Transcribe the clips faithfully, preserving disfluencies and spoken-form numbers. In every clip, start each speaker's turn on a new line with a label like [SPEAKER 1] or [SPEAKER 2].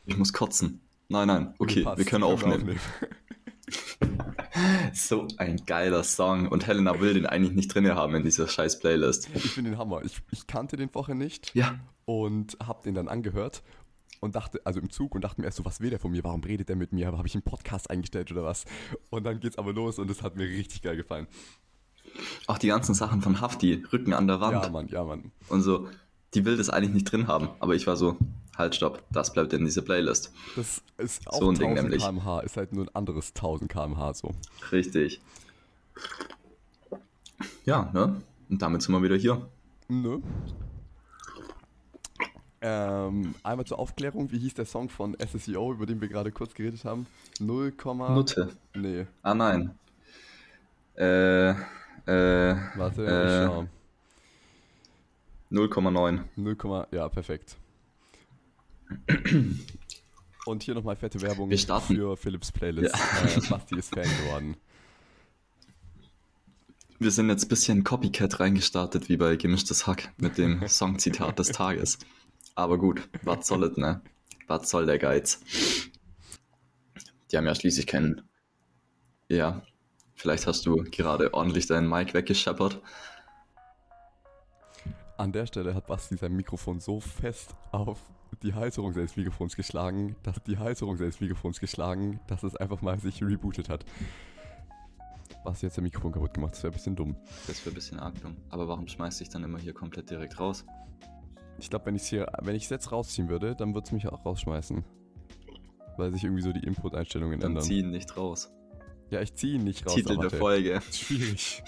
[SPEAKER 1] Ich muss kotzen. Nein, nein,
[SPEAKER 2] Okay,
[SPEAKER 1] okay, wir
[SPEAKER 2] passt.
[SPEAKER 1] können
[SPEAKER 2] Können wir
[SPEAKER 1] aufnehmen.
[SPEAKER 2] aufnehmen.
[SPEAKER 1] So ein geiler Song. Und Helena will den eigentlich nicht drin haben in dieser scheiß Playlist.
[SPEAKER 2] Ich finde den Hammer. Ich, ich kannte den vorher nicht
[SPEAKER 1] Ja,
[SPEAKER 2] und habe den dann angehört und dachte, also im Zug und dachte mir erst so, was will der von mir? Warum redet der mit mir? Habe ich einen Podcast eingestellt oder was? Und dann geht's aber los und es hat mir richtig geil gefallen.
[SPEAKER 1] auch die ganzen Sachen von Hafti, Rücken an der
[SPEAKER 2] Ja,
[SPEAKER 1] Wand
[SPEAKER 2] Mann, ja, Mann.
[SPEAKER 1] und so. Die will das eigentlich nicht drin haben. Aber ich war so, halt, stopp, das bleibt in dieser Playlist.
[SPEAKER 2] Das ist auch
[SPEAKER 1] So ein Ding
[SPEAKER 2] tausend
[SPEAKER 1] nämlich.
[SPEAKER 2] Kilometer pro Stunde, ist halt nur ein anderes tausend Kilometer pro Stunde so.
[SPEAKER 1] Richtig. Ja, ne? Und damit sind wir wieder hier.
[SPEAKER 2] Nö. Ähm, einmal zur Aufklärung, wie hieß der Song von S S E O, über den wir gerade kurz geredet haben? null,
[SPEAKER 1] Nutte.
[SPEAKER 2] nee,
[SPEAKER 1] Ah, nein. Äh, äh,
[SPEAKER 2] warte, ich
[SPEAKER 1] äh,
[SPEAKER 2] schau.
[SPEAKER 1] null Komma neun.
[SPEAKER 2] null, ja, perfekt. Und hier nochmal fette
[SPEAKER 1] Wir
[SPEAKER 2] Werbung
[SPEAKER 1] starten.
[SPEAKER 2] für Philips
[SPEAKER 1] Ja.
[SPEAKER 2] Playlist. Äh, Basti ist Fan geworden.
[SPEAKER 1] Wir sind jetzt ein bisschen Copycat reingestartet, wie bei Gemischtes Hack mit dem Songzitat des Tages. Aber gut, was soll es, ne? Was soll der Geiz? Die haben ja schließlich keinen... Ja, vielleicht hast du gerade ordentlich deinen Mic weggescheppert.
[SPEAKER 2] An der Stelle hat Basti sein Mikrofon so fest auf die Halterung seines Mikrofons geschlagen, dass die Halterung seines Mikrofons geschlagen, dass es einfach mal sich rebootet hat. Basti hat sein Mikrofon kaputt gemacht, das wäre ein bisschen dumm.
[SPEAKER 1] Das wäre ein bisschen arg dumm. Aber warum schmeißt dich dann immer hier komplett direkt raus?
[SPEAKER 2] Ich glaube, wenn ich es hier, wenn ich es jetzt rausziehen würde, dann würde es mich auch rausschmeißen. Weil sich irgendwie so die Input-Einstellungen
[SPEAKER 1] Dann
[SPEAKER 2] ändern.
[SPEAKER 1] ziehen nicht raus.
[SPEAKER 2] Ja, ich ziehe ihn nicht raus.
[SPEAKER 1] Titel
[SPEAKER 2] aber
[SPEAKER 1] der
[SPEAKER 2] warte.
[SPEAKER 1] Folge.
[SPEAKER 2] Schwierig.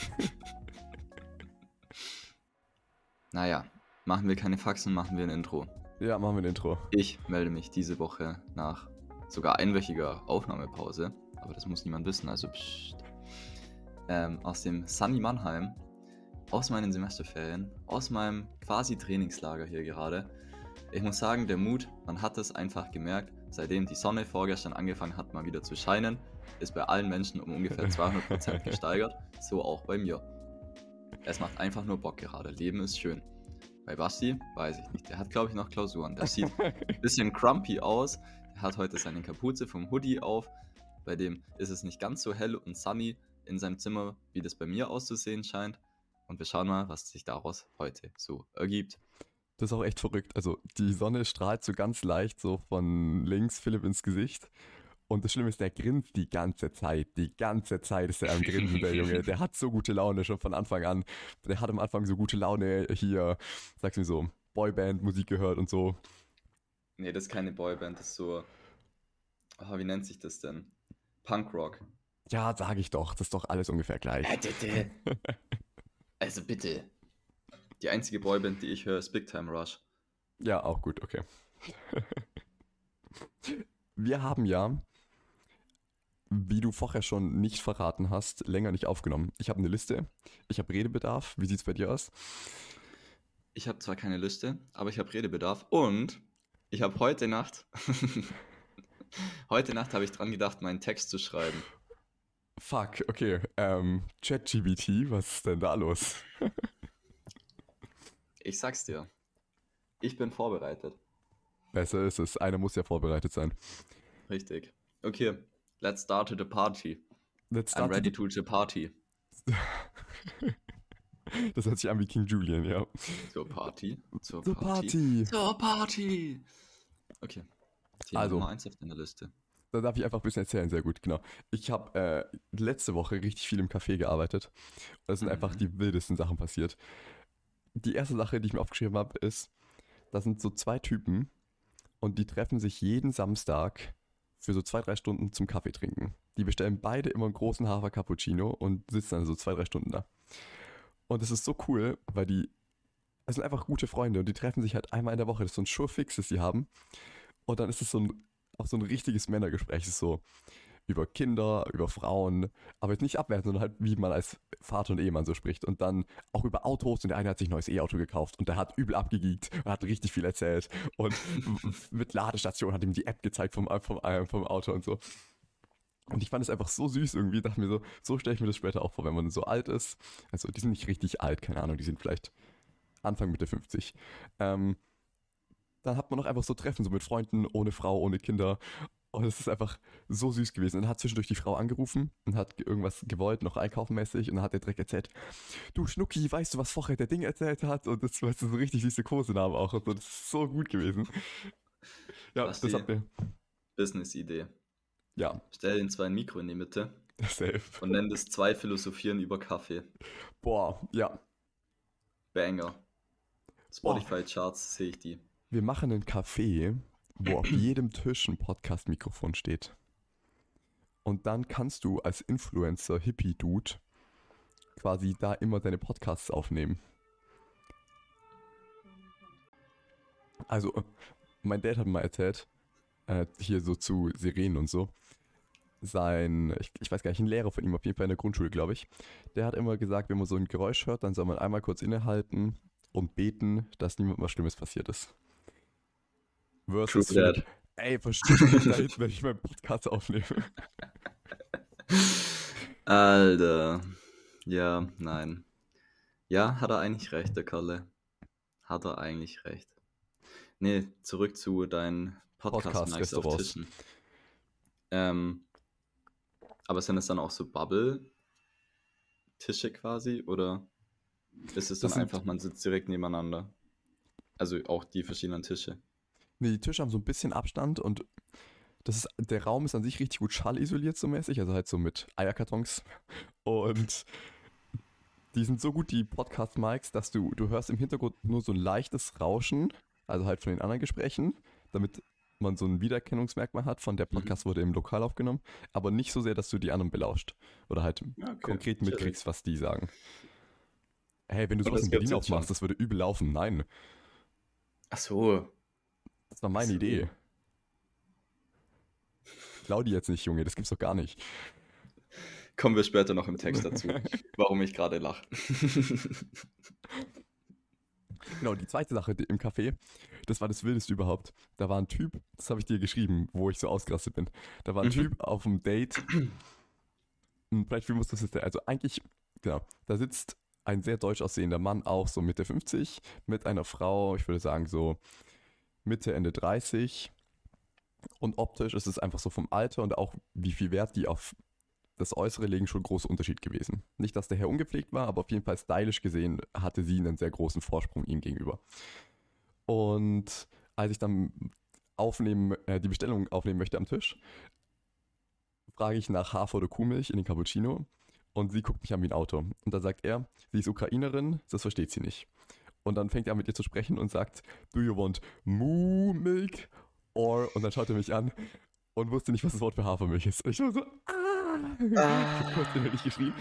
[SPEAKER 1] Naja, machen wir keine Faxen, machen wir ein Intro.
[SPEAKER 2] Ja, machen wir ein Intro.
[SPEAKER 1] Ich melde mich diese Woche nach sogar einwöchiger Aufnahmepause, aber das muss niemand wissen, also pssst. Ähm, aus dem Sunny Mannheim, aus meinen Semesterferien, aus meinem quasi Trainingslager hier gerade. Ich muss sagen, der Mut, man hat es einfach gemerkt, seitdem die Sonne vorgestern angefangen hat, mal wieder zu scheinen, ist bei allen Menschen um ungefähr zweihundert Prozent gesteigert, so auch bei mir. Es macht einfach nur Bock gerade, Leben ist schön. Bei Basti, weiß ich nicht, der hat glaube ich noch Klausuren, der sieht ein bisschen crumpy aus, der hat heute seine Kapuze vom Hoodie auf, bei dem ist es nicht ganz so hell und sunny in seinem Zimmer, wie das bei mir auszusehen scheint. Und wir schauen mal, was sich daraus heute so ergibt.
[SPEAKER 2] Das ist auch echt verrückt. Also die Sonne strahlt so ganz leicht so von links Philipp ins Gesicht. Und das Schlimme ist, der grinst die ganze Zeit. Die ganze Zeit ist er am Grinsen, der Junge. Der hat so gute Laune schon von Anfang an. Der hat am Anfang so gute Laune hier, sag's mir so, Boyband-Musik gehört und so.
[SPEAKER 1] Nee, das ist keine Boyband, das ist so... Oh, wie nennt sich das denn? Punkrock.
[SPEAKER 2] Ja, sag ich doch. Das ist doch alles ungefähr gleich.
[SPEAKER 1] Also bitte. Die einzige Boyband, die ich höre, ist Big Time Rush.
[SPEAKER 2] Ja, auch gut, okay. Wir haben ja, wie du vorher schon nicht verraten hast, länger nicht aufgenommen. Ich habe eine Liste, ich habe Redebedarf. Wie sieht's bei dir aus?
[SPEAKER 1] Ich habe zwar keine Liste, aber ich habe Redebedarf und ich habe heute Nacht... heute Nacht habe ich dran gedacht, meinen Text zu schreiben.
[SPEAKER 2] Fuck, okay. Ähm, ChatGPT, was ist denn da los?
[SPEAKER 1] Ich sag's dir. Ich bin vorbereitet.
[SPEAKER 2] Besser ist es, einer muss ja vorbereitet sein.
[SPEAKER 1] Richtig. Okay, let's start to the party.
[SPEAKER 2] Let's
[SPEAKER 1] I'm
[SPEAKER 2] start
[SPEAKER 1] ready
[SPEAKER 2] to
[SPEAKER 1] to the party.
[SPEAKER 2] Das hört sich an wie King Julian, ja.
[SPEAKER 1] Zur Party. Zur
[SPEAKER 2] Zur
[SPEAKER 1] Party.
[SPEAKER 2] Party.
[SPEAKER 1] Zur Party. Okay. Thema
[SPEAKER 2] Also.
[SPEAKER 1] Nummer eins auf deiner Liste.
[SPEAKER 2] Da darf ich einfach ein bisschen erzählen, sehr gut, genau. Ich habe äh, letzte Woche richtig viel im Café gearbeitet. Und es sind
[SPEAKER 1] Mhm.
[SPEAKER 2] einfach die wildesten Sachen passiert. Die erste Sache, die ich mir aufgeschrieben habe, ist, da sind so zwei Typen und die treffen sich jeden Samstag für so zwei, drei Stunden zum Kaffee trinken. Die bestellen beide immer einen großen Hafer-Cappuccino und sitzen dann so zwei, drei Stunden da. Und das ist so cool, weil die, es sind einfach gute Freunde und die treffen sich halt einmal in der Woche. Das ist so ein Sure-Fix, das sie haben. Und dann ist es so ein, auch so ein richtiges Männergespräch. Es ist so über Kinder, über Frauen, aber jetzt nicht abwertend, sondern halt, wie man als Vater und Ehemann so spricht. Und dann auch über Autos und der eine hat sich ein neues E-Auto gekauft und der hat übel abgegeekt und hat richtig viel erzählt. Und mit Ladestation hat ihm die App gezeigt vom, vom, vom Auto und so. Und ich fand es einfach so süß irgendwie, dachte mir so, so stelle ich mir das später auch vor, wenn man so alt ist. Also die sind nicht richtig alt, keine Ahnung, die sind vielleicht Anfang Mitte fünfzig. Ähm, dann hat man noch einfach so Treffen, so mit Freunden, ohne Frau, ohne Kinder. Und es ist einfach so süß gewesen. Und dann hat zwischendurch die Frau angerufen und hat irgendwas gewollt, noch einkaufenmäßig. Und dann hat der direkt erzählt, du Schnucki, weißt du, was vorher der Ding erzählt hat? Und das, weißt du, so richtig süße Kosenamen auch. Und so. Das ist so gut gewesen. Ja,
[SPEAKER 1] Basti,
[SPEAKER 2] das hat mir,
[SPEAKER 1] Business-Idee.
[SPEAKER 2] ja,
[SPEAKER 1] Stell den zwei ein Mikro in die Mitte
[SPEAKER 2] safe.
[SPEAKER 1] und nenn das zwei Philosophieren über Kaffee.
[SPEAKER 2] Boah, ja.
[SPEAKER 1] Banger. Spotify-Charts sehe ich die.
[SPEAKER 2] Wir machen einen Café, wo auf jedem Tisch ein Podcast-Mikrofon steht. Und dann kannst du als Influencer, Hippie-Dude, quasi da immer deine Podcasts aufnehmen. Also, mein Dad hat mal erzählt, äh, hier so zu Sirenen und so, sein, ich, ich weiß gar nicht, ein Lehrer von ihm, auf jeden Fall in der Grundschule, glaube ich, der hat immer gesagt, wenn man so ein Geräusch hört, dann soll man einmal kurz innehalten und beten, dass niemandem was Schlimmes passiert ist. Versus
[SPEAKER 1] True that.
[SPEAKER 2] Philipp, ey, verstehst du mich da hinten, wenn ich meinen Podcast aufnehme?
[SPEAKER 1] Alter. Ja, nein. Ja, hat er eigentlich recht, der Kalle. Hat er eigentlich recht. Nee, zurück zu deinen Podcast-Mics auf
[SPEAKER 2] Podcast-Restaurants.
[SPEAKER 1] Tischen. Ähm, aber sind es dann auch so Bubble-Tische quasi? Oder ist es dann
[SPEAKER 2] Das sind-
[SPEAKER 1] einfach, man sitzt direkt nebeneinander? Also auch die verschiedenen Tische.
[SPEAKER 2] Nee, die Tische haben so ein bisschen Abstand und das ist, der Raum ist an sich richtig gut schallisoliert so mäßig, also halt so mit Eierkartons. Und die sind so gut, die Podcast-Mics, dass du, du hörst im Hintergrund nur so ein leichtes Rauschen, also halt von den anderen Gesprächen, damit man so ein Wiedererkennungsmerkmal hat, von der Podcast wurde im Lokal aufgenommen, aber nicht so sehr, dass du die anderen belauscht oder halt
[SPEAKER 1] Okay,
[SPEAKER 2] konkret
[SPEAKER 1] chillig.
[SPEAKER 2] mitkriegst, was die sagen. Hey, wenn du
[SPEAKER 1] Und
[SPEAKER 2] sowas
[SPEAKER 1] das
[SPEAKER 2] in
[SPEAKER 1] gibt's
[SPEAKER 2] Berlin
[SPEAKER 1] jetzt schon?
[SPEAKER 2] aufmachst, das würde übel laufen. Nein,
[SPEAKER 1] Ach so.
[SPEAKER 2] das war meine
[SPEAKER 1] Ach so.
[SPEAKER 2] Idee. Klau die jetzt nicht, Junge, das gibt's doch gar nicht.
[SPEAKER 1] Kommen wir später noch im Text dazu, warum ich gerade lache.
[SPEAKER 2] Genau, die zweite Sache die- im Café, das war das Wildeste überhaupt. Da war ein Typ, das habe ich dir geschrieben, wo ich so ausgerastet bin. Da war ein
[SPEAKER 1] Mhm.
[SPEAKER 2] Typ auf einem Date. Und vielleicht wie muss das jetzt, also eigentlich, genau, da sitzt ein sehr deutsch aussehender Mann, auch so Mitte fünfzig, mit einer Frau, ich würde sagen so Mitte, Ende dreißig. Und optisch ist es einfach so vom Alter und auch wie viel Wert die auf das Äußere legen, schon ein großer Unterschied gewesen. Nicht, dass der Herr ungepflegt war, aber auf jeden Fall stylisch gesehen hatte sie einen sehr großen Vorsprung ihm gegenüber. Und als ich dann aufnehmen, äh, die Bestellung aufnehmen möchte am Tisch, frage ich nach Hafer- oder Kuhmilch in den Cappuccino und sie guckt mich an wie ein Auto. Und dann sagt er, sie ist Ukrainerin, das versteht sie nicht. Und dann fängt er an mit ihr zu sprechen und sagt, do you want Moo Milk? Or, und dann schaut er mich an und wusste nicht, was das Wort für Hafermilch ist. Und ich war so, ah! Ich hab kurz innerlich geschrien.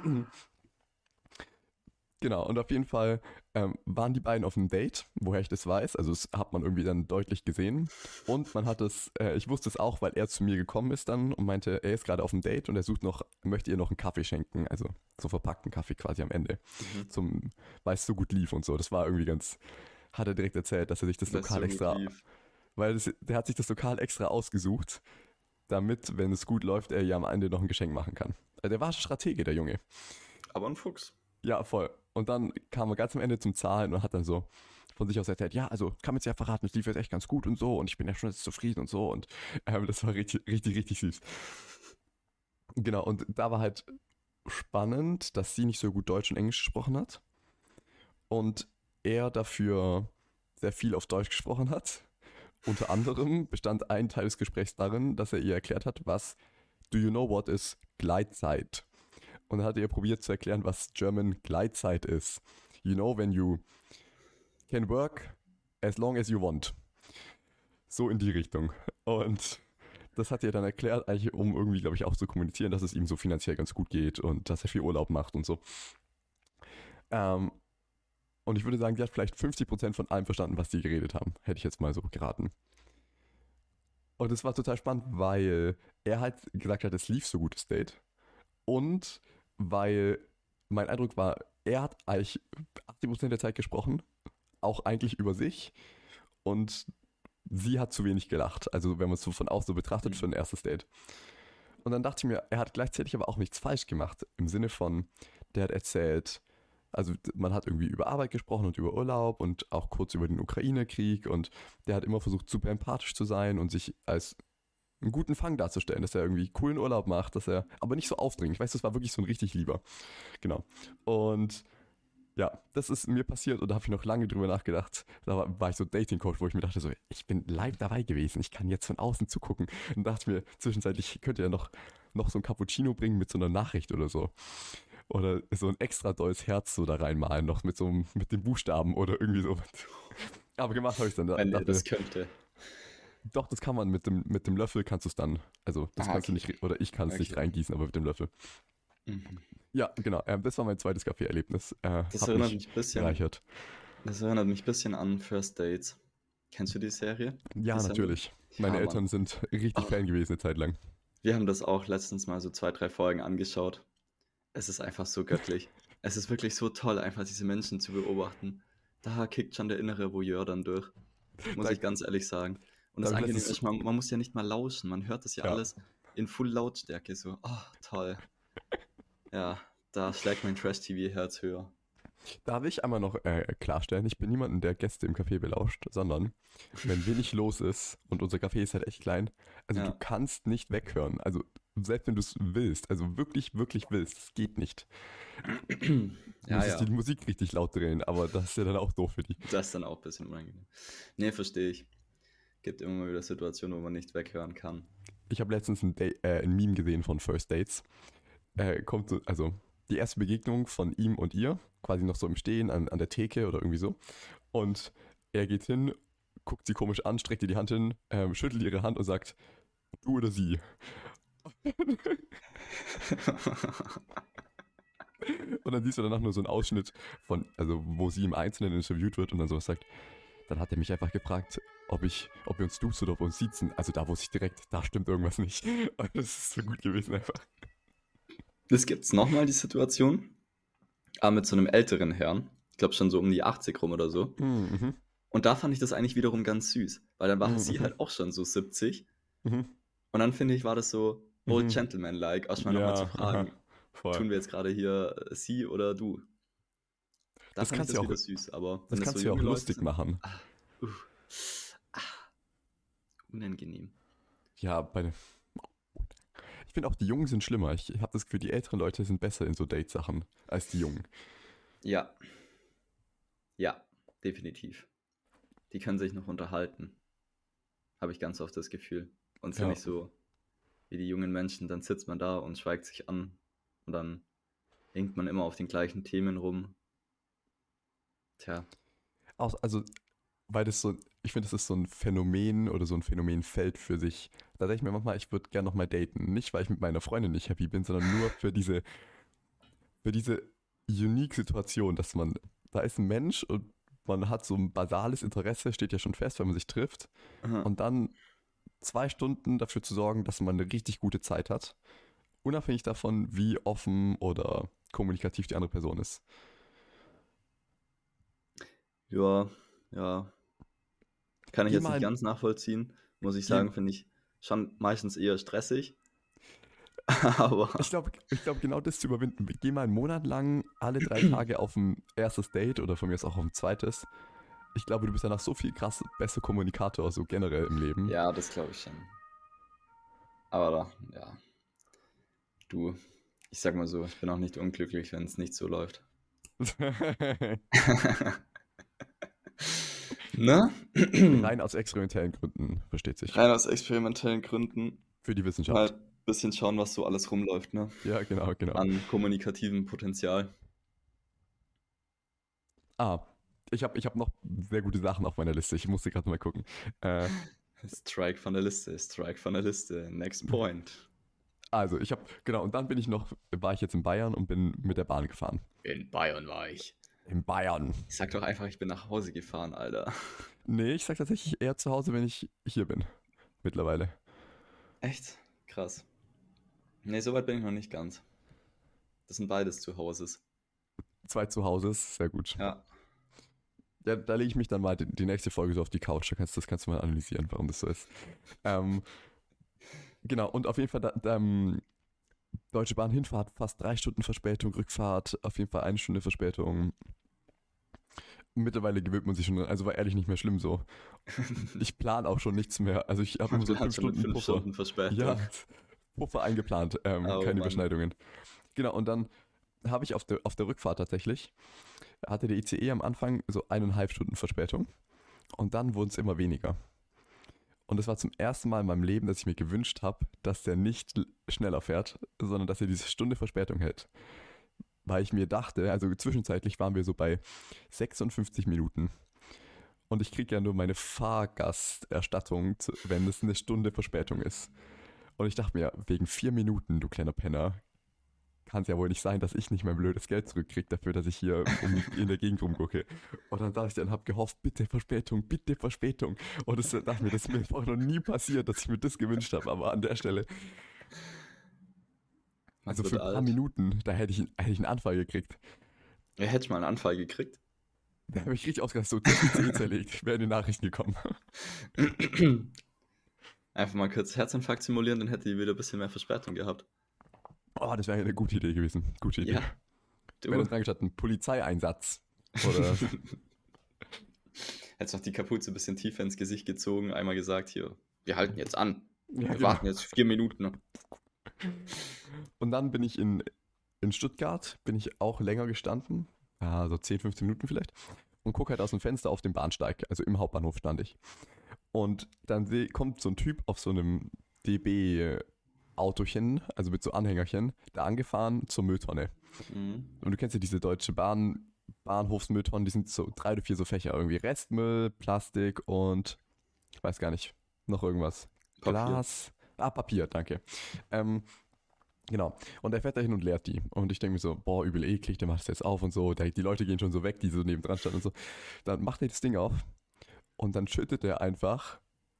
[SPEAKER 2] Genau, und auf jeden Fall ähm, waren die beiden auf einem Date, woher ich das weiß. Also das hat man irgendwie dann deutlich gesehen. Und man hat es, äh, ich wusste es auch, weil er zu mir gekommen ist dann und meinte, er ist gerade auf einem Date und er sucht noch, möchte ihr noch einen Kaffee schenken, also so verpackten Kaffee quasi am Ende.
[SPEAKER 1] Mhm.
[SPEAKER 2] Zum, weil es so gut lief und so. Das war irgendwie ganz, hat er direkt erzählt, dass er sich das
[SPEAKER 1] Weil es
[SPEAKER 2] Lokal
[SPEAKER 1] so gut
[SPEAKER 2] extra,
[SPEAKER 1] lief.
[SPEAKER 2] weil das, der hat sich das Lokal extra ausgesucht, damit, wenn es gut läuft, er ja am Ende noch ein Geschenk machen kann. Also der war Stratege, der Junge.
[SPEAKER 1] Aber ein Fuchs.
[SPEAKER 2] Ja, voll. Und dann kam er ganz am Ende zum Zahlen und hat dann so von sich aus erzählt, ja, also kann man jetzt ja verraten, es lief jetzt echt ganz gut und so und ich bin ja schon jetzt zufrieden und so und ähm, das war richtig, richtig, richtig süß. Genau, und da war halt spannend, dass sie nicht so gut Deutsch und Englisch gesprochen hat und er dafür sehr viel auf Deutsch gesprochen hat. Unter anderem bestand ein Teil des Gesprächs darin, dass er ihr erklärt hat, was do you know what is Gleitzeit? Und dann hat er probiert zu erklären, was German Gleitzeit ist. You know, when you can work as long as you want. So in die Richtung. Und das hat er dann erklärt, eigentlich um irgendwie, glaube ich, auch zu kommunizieren, dass es ihm so finanziell ganz gut geht und dass er viel Urlaub macht und so. Ähm, und ich würde sagen, die hat vielleicht fünfzig Prozent von allem verstanden, was die geredet haben. Hätte ich jetzt mal so geraten. Und es war total spannend, weil er halt gesagt hat, es lief so gut, das Date. Und weil mein Eindruck war, er hat eigentlich achtzig Prozent der Zeit gesprochen, auch eigentlich über sich. Und sie hat zu wenig gelacht. Also wenn man es so von außen so betrachtet für ein erstes Date. Und dann dachte ich mir, er hat gleichzeitig aber auch nichts falsch gemacht. Im Sinne von, der hat erzählt, Also d- man hat irgendwie über Arbeit gesprochen und über Urlaub und auch kurz über den Ukraine-Krieg und der hat immer versucht, super empathisch zu sein und sich als einen guten Fang darzustellen, dass er irgendwie coolen Urlaub macht, dass er, aber nicht so aufdringlich. Ich weiß, das war wirklich so ein richtig Lieber. Genau. Und ja, das ist mir passiert und da habe ich noch lange drüber nachgedacht. Da war, war ich so Dating-Coach, wo ich mir dachte, so, ich bin live dabei gewesen, ich kann jetzt von außen zugucken. Und dachte mir zwischenzeitlich, ich könnte ja noch, noch so ein Cappuccino bringen mit so einer Nachricht oder so. Oder so ein extra dolles Herz so da reinmalen, noch mit so einem, mit den Buchstaben oder irgendwie so. Aber gemacht habe ich dann. Da,
[SPEAKER 1] Wenn er
[SPEAKER 2] dachte,
[SPEAKER 1] das könnte.
[SPEAKER 2] doch, das kann man mit dem, mit dem Löffel kannst du es dann. Also das
[SPEAKER 1] Ah,
[SPEAKER 2] kannst du
[SPEAKER 1] okay.
[SPEAKER 2] nicht, oder ich kann es nicht
[SPEAKER 1] Okay.
[SPEAKER 2] reingießen, aber mit dem Löffel.
[SPEAKER 1] Mhm.
[SPEAKER 2] Ja, genau. Ähm, das war mein zweites Kaffee-Erlebnis. Äh,
[SPEAKER 1] Das
[SPEAKER 2] hat
[SPEAKER 1] erinnert
[SPEAKER 2] mich
[SPEAKER 1] mich ein bisschen,
[SPEAKER 2] bereichert.
[SPEAKER 1] das erinnert mich ein bisschen an First Dates. Kennst du die Serie? Die
[SPEAKER 2] Ja,
[SPEAKER 1] Sendung?
[SPEAKER 2] natürlich. Meine
[SPEAKER 1] Ja, Mann.
[SPEAKER 2] Eltern sind richtig
[SPEAKER 1] Ah,
[SPEAKER 2] Fan gewesen eine Zeit lang.
[SPEAKER 1] wir haben das auch letztens mal so zwei, drei Folgen angeschaut. Es ist einfach so göttlich. Es ist wirklich so toll, einfach diese Menschen zu beobachten. Da kickt schon der innere Voyeur dann durch, muss
[SPEAKER 2] Da,
[SPEAKER 1] ich ganz ehrlich sagen. Und
[SPEAKER 2] da
[SPEAKER 1] das
[SPEAKER 2] habe ich
[SPEAKER 1] Angenehme
[SPEAKER 2] letztens,
[SPEAKER 1] ist, man, man muss ja nicht mal lauschen. Man hört das ja
[SPEAKER 2] ja,
[SPEAKER 1] alles in Full Lautstärke so. Oh, toll. Ja, da schlägt mein Trash-T V-Herz höher.
[SPEAKER 2] da will ich einmal noch äh, klarstellen, ich bin niemanden, der Gäste im Café belauscht, sondern wenn wenig los ist und unser Café ist halt echt klein, also du
[SPEAKER 1] Ja,
[SPEAKER 2] kannst nicht weghören. Also selbst wenn du es willst, also wirklich, wirklich willst, es geht nicht. Du
[SPEAKER 1] ja,
[SPEAKER 2] müsstest
[SPEAKER 1] ja.
[SPEAKER 2] die Musik richtig laut drehen, aber das ist ja dann auch doof für die.
[SPEAKER 1] Das ist dann auch ein bisschen unangenehm. Nee, verstehe ich. Gibt immer mal wieder Situationen, wo man nicht weghören kann.
[SPEAKER 2] Ich habe letztens ein, Date, äh, ein Meme gesehen von First Dates. Äh, kommt so, also die erste Begegnung von ihm und ihr, quasi noch so im Stehen an, an der Theke oder irgendwie so. Und er geht hin, guckt sie komisch an, streckt ihr die Hand hin, ähm, schüttelt ihre Hand und sagt, du oder sie. Und dann siehst du danach nur so einen Ausschnitt von, also wo sie im Einzelnen interviewt wird und dann sowas sagt, dann hat er mich einfach gefragt, ob ich, ob wir uns duzen oder ob wir uns siezen. Also da wusste ich direkt, da stimmt irgendwas nicht. Und das ist so gut gewesen einfach.
[SPEAKER 1] Das gibt's nochmal, die Situation. Aber mit so einem älteren Herrn. Ich glaube schon so um die achtzig rum oder so.
[SPEAKER 2] Mhm,
[SPEAKER 1] Und da fand ich das eigentlich wiederum ganz süß. Weil dann war
[SPEAKER 2] mhm,
[SPEAKER 1] sie
[SPEAKER 2] mhm,
[SPEAKER 1] halt auch schon so siebzig.
[SPEAKER 2] mhm,
[SPEAKER 1] Und dann finde ich, war das so Old
[SPEAKER 2] mhm.
[SPEAKER 1] Gentleman-like, auch mal nochmal zu
[SPEAKER 2] Ja, aha,
[SPEAKER 1] fragen,
[SPEAKER 2] voll.
[SPEAKER 1] tun wir jetzt gerade hier äh, sie oder du? Da
[SPEAKER 2] Das
[SPEAKER 1] fand ich
[SPEAKER 2] kannst du
[SPEAKER 1] das
[SPEAKER 2] ja auch,
[SPEAKER 1] wieder süß. Aber wenn
[SPEAKER 2] das
[SPEAKER 1] das so
[SPEAKER 2] kannst du ja auch
[SPEAKER 1] junge Leute
[SPEAKER 2] lustig
[SPEAKER 1] sind,
[SPEAKER 2] machen.
[SPEAKER 1] ah, uff, ah, unangenehm.
[SPEAKER 2] Ja, bei den, ich finde auch die Jungen sind schlimmer. Ich habe das Gefühl, die älteren Leute sind besser in so Date-Sachen als die Jungen.
[SPEAKER 1] Ja, ja, definitiv. Die können sich noch unterhalten, habe ich ganz oft das Gefühl. Und sind
[SPEAKER 2] Ja,
[SPEAKER 1] nicht so wie die jungen Menschen. Dann sitzt man da und schweigt sich an und dann hängt man immer auf den gleichen Themen rum. Tja,
[SPEAKER 2] auch, also, weil das so, ich finde, das ist so ein Phänomen oder so ein Phänomenfeld für sich. Da denke ich mir manchmal, ich würde gerne noch mal daten. Nicht, weil ich mit meiner Freundin nicht happy bin, sondern nur für diese, für diese unique Situation, dass man, da ist ein Mensch und man hat so ein basales Interesse, steht ja schon fest, wenn man sich trifft.
[SPEAKER 1] aha.
[SPEAKER 2] Und dann zwei Stunden dafür zu sorgen, dass man eine richtig gute Zeit hat. Unabhängig davon, wie offen oder kommunikativ die andere Person ist.
[SPEAKER 1] Ja, ja, kann ich
[SPEAKER 2] Geh
[SPEAKER 1] jetzt nicht
[SPEAKER 2] mal,
[SPEAKER 1] ganz nachvollziehen. Muss ich
[SPEAKER 2] geh,
[SPEAKER 1] sagen, finde ich schon meistens eher stressig. Aber
[SPEAKER 2] ich glaube, ich glaub, genau das zu überwinden. Geh mal einen Monat lang alle drei Tage auf ein erstes Date oder von mir aus auch auf ein zweites. Ich glaube, du bist danach so viel krass besser Kommunikator, so generell im Leben.
[SPEAKER 1] ja, das glaube ich schon. Aber da, ja, du, ich sag mal so, ich bin auch nicht unglücklich, wenn es nicht so läuft. Ne?
[SPEAKER 2] Rein aus experimentellen Gründen, versteht sich.
[SPEAKER 1] Rein aus experimentellen Gründen
[SPEAKER 2] Für die
[SPEAKER 1] mal
[SPEAKER 2] Wissenschaft.
[SPEAKER 1] ein bisschen schauen, was so alles rumläuft, ne?
[SPEAKER 2] Ja, genau, genau.
[SPEAKER 1] An kommunikativem Potenzial.
[SPEAKER 2] Ah, ich habe ich hab noch sehr gute Sachen auf meiner Liste. Ich musste gerade mal gucken. Äh,
[SPEAKER 1] Strike von der Liste, Strike von der Liste. Next point.
[SPEAKER 2] also, ich habe, genau, und dann bin ich noch, war ich jetzt in Bayern und bin mit der Bahn gefahren.
[SPEAKER 1] In Bayern war ich.
[SPEAKER 2] In Bayern.
[SPEAKER 1] Ich sag doch einfach, ich bin nach Hause gefahren, Alter.
[SPEAKER 2] Nee, ich sag tatsächlich eher zu Hause, wenn ich hier bin. Mittlerweile.
[SPEAKER 1] Echt? Krass. Nee, so weit bin ich noch nicht ganz. Das sind beides Zuhauses.
[SPEAKER 2] Zwei zu Hause ist sehr gut.
[SPEAKER 1] Ja.
[SPEAKER 2] Ja, da lege ich mich dann mal die, die nächste Folge so auf die Couch. Da kannst, das kannst du mal analysieren, warum das so ist. Ähm, genau, und auf jeden Fall, da, da, ähm, Deutsche Bahn Hinfahrt fast drei Stunden Verspätung, Rückfahrt auf jeden Fall eine Stunde Verspätung. Mittlerweile gewöhnt man sich schon, also war ehrlich nicht mehr schlimm so. Ich plane auch schon nichts mehr. Also ich habe
[SPEAKER 1] Man
[SPEAKER 2] immer so
[SPEAKER 1] plant
[SPEAKER 2] fünf
[SPEAKER 1] schon mit
[SPEAKER 2] Stunden
[SPEAKER 1] fünf
[SPEAKER 2] Puffer.
[SPEAKER 1] Stunden Verspätung.
[SPEAKER 2] Ja, Puffer eingeplant, ähm,
[SPEAKER 1] Oh
[SPEAKER 2] keine
[SPEAKER 1] Mann.
[SPEAKER 2] Überschneidungen. Genau, und dann habe ich auf der, auf der Rückfahrt tatsächlich, hatte der I C E am Anfang so eineinhalb Stunden Verspätung und dann wurden es immer weniger. Und das war zum ersten Mal in meinem Leben, dass ich mir gewünscht habe, dass der nicht l- schneller fährt, sondern dass er diese Stunde Verspätung hält. Weil ich mir dachte, also zwischenzeitlich waren wir so bei sechsundfünfzig Minuten. Und ich kriege ja nur meine Fahrgasterstattung, zu- wenn es eine Stunde Verspätung ist. Und ich dachte mir, wegen vier Minuten, du kleiner Penner, kann es ja wohl nicht sein, dass ich nicht mein blödes Geld zurückkriege dafür, dass ich hier um mich in der Gegend rumgucke. Und dann dachte ich dann, habe gehofft, bitte Verspätung, bitte Verspätung. Und das dachte mir, das ist mir einfach noch nie passiert, dass ich mir das gewünscht habe. Aber an der Stelle,
[SPEAKER 1] Man
[SPEAKER 2] also
[SPEAKER 1] wird
[SPEAKER 2] für ein paar
[SPEAKER 1] alt.
[SPEAKER 2] Minuten, da hätte ich, hätte ich einen Anfall gekriegt.
[SPEAKER 1] Ja, hätte ich mal einen Anfall gekriegt.
[SPEAKER 2] Da habe ich richtig ausgerastet, so der I C E zerlegt, wäre in die Nachrichten gekommen.
[SPEAKER 1] Einfach mal kurz Herzinfarkt simulieren, dann hätte die wieder ein bisschen mehr Verspätung gehabt.
[SPEAKER 2] Oh, das wäre eine gute Idee gewesen. Gute Idee.
[SPEAKER 1] Ja,
[SPEAKER 2] Wäre
[SPEAKER 1] du.
[SPEAKER 2] dann dran gestanden, Polizeieinsatz. Oder
[SPEAKER 1] Hättest noch die Kapuze ein bisschen tiefer ins Gesicht gezogen, einmal gesagt, hier, wir halten jetzt an.
[SPEAKER 2] ja,
[SPEAKER 1] Wir
[SPEAKER 2] genau.
[SPEAKER 1] warten jetzt vier Minuten.
[SPEAKER 2] Und dann bin ich in, in Stuttgart, bin ich auch länger gestanden, ja, so zehn, fünfzehn Minuten vielleicht, und gucke halt aus dem Fenster auf den Bahnsteig, also im Hauptbahnhof stand ich. Und dann seh, kommt so ein Typ auf so einem D B-Autochen, also mit so Anhängerchen, da angefahren zur Mülltonne.
[SPEAKER 1] Mhm.
[SPEAKER 2] Und du kennst ja diese Deutsche Bahn, Bahnhofsmülltonnen, die sind so drei oder vier so Fächer, irgendwie Restmüll, Plastik und ich weiß gar nicht, noch irgendwas.
[SPEAKER 1] Papier.
[SPEAKER 2] Glas, ah, Papier, danke. Ähm, Genau. Und er fährt da hin und leert die. Und ich denke mir so, boah, übel eklig, der macht es jetzt auf und so. Der, die Leute gehen schon so weg, die so nebendran standen und so. Dann macht er das Ding auf und dann schüttet er einfach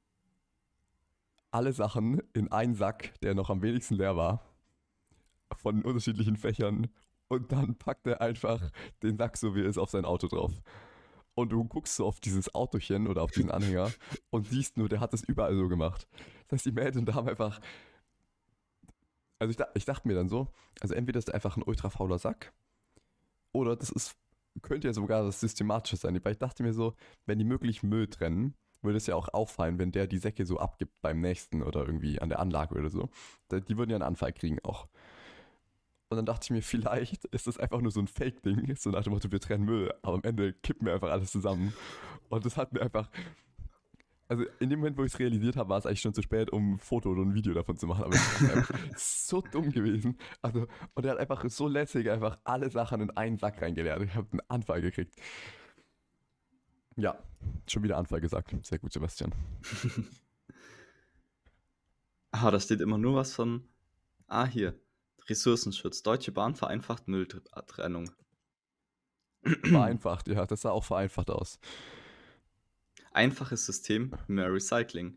[SPEAKER 2] alle Sachen in einen Sack, der noch am wenigsten leer war, von unterschiedlichen Fächern. Und dann packt er einfach den Sack, so wie er ist, auf sein Auto drauf. Und du guckst so auf dieses Autochen oder auf diesen Anhänger und siehst nur, der hat das überall so gemacht. Das heißt, die Mädchen da haben einfach. Also ich, dach- ich dachte mir dann so, also entweder ist er einfach ein ultra fauler Sack oder das ist, könnte ja sogar das Systematische sein. Weil ich dachte mir so, wenn die möglich Müll trennen, würde es ja auch auffallen, wenn der die Säcke so abgibt beim nächsten oder irgendwie an der Anlage oder so. Da- Die würden ja einen Anfall kriegen auch. Und dann dachte ich mir, vielleicht ist das einfach nur so ein Fake-Ding, so nach dem Motto, wir trennen Müll, aber am Ende kippen wir einfach alles zusammen. Und das hat mir einfach, also in dem Moment, wo ich es realisiert habe, war es eigentlich schon zu spät, um ein Foto oder ein Video davon zu machen. Aber es ist einfach so dumm gewesen. Also, und er hat einfach so lässig einfach alle Sachen in einen Sack reingeleert. Ich habe einen Anfall gekriegt. Ja, schon wieder Anfall gesagt. Sehr gut, Sebastian.
[SPEAKER 1] Ah, da steht immer nur was von. Ah, hier. Ressourcenschutz. Deutsche Bahn vereinfacht Mülltrennung.
[SPEAKER 2] Vereinfacht, ja, das sah auch vereinfacht aus.
[SPEAKER 1] Einfaches System, mehr Recycling.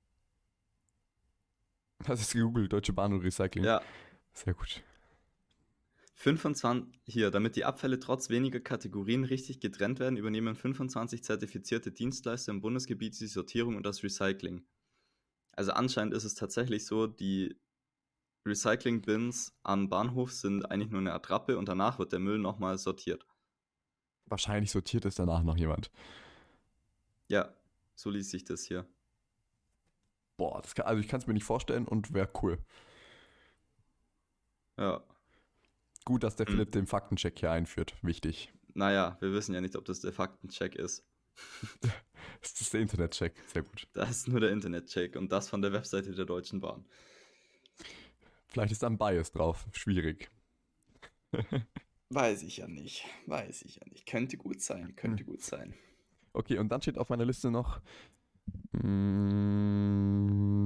[SPEAKER 2] Das ist gegoogelt, Deutsche Bahn und Recycling.
[SPEAKER 1] Ja.
[SPEAKER 2] Sehr gut.
[SPEAKER 1] fünfundzwanzig, hier, damit die Abfälle trotz weniger Kategorien richtig getrennt werden, übernehmen fünfundzwanzig zertifizierte Dienstleister im Bundesgebiet die Sortierung und das Recycling. Also anscheinend ist es tatsächlich so, die Recycling-Bins am Bahnhof sind eigentlich nur eine Attrappe und danach wird der Müll nochmal sortiert.
[SPEAKER 2] Wahrscheinlich sortiert es danach noch jemand.
[SPEAKER 1] Ja, so liest sich das hier.
[SPEAKER 2] Boah, das kann, also ich kann es mir nicht vorstellen und wäre cool.
[SPEAKER 1] Ja,
[SPEAKER 2] Gut, dass der
[SPEAKER 1] Hm.
[SPEAKER 2] Philipp den Faktencheck hier einführt. Wichtig.
[SPEAKER 1] naja, wir wissen ja nicht, ob das der Faktencheck ist.
[SPEAKER 2] Das ist der Internetcheck. Sehr gut.
[SPEAKER 1] Das ist nur der Internetcheck und das von der Webseite der Deutschen Bahn.
[SPEAKER 2] Vielleicht ist da ein Bias drauf. Schwierig.
[SPEAKER 1] Weiß ich ja nicht. Weiß ich ja nicht. Könnte gut sein, könnte gut sein.
[SPEAKER 2] Okay, und dann steht auf meiner Liste noch. Mm,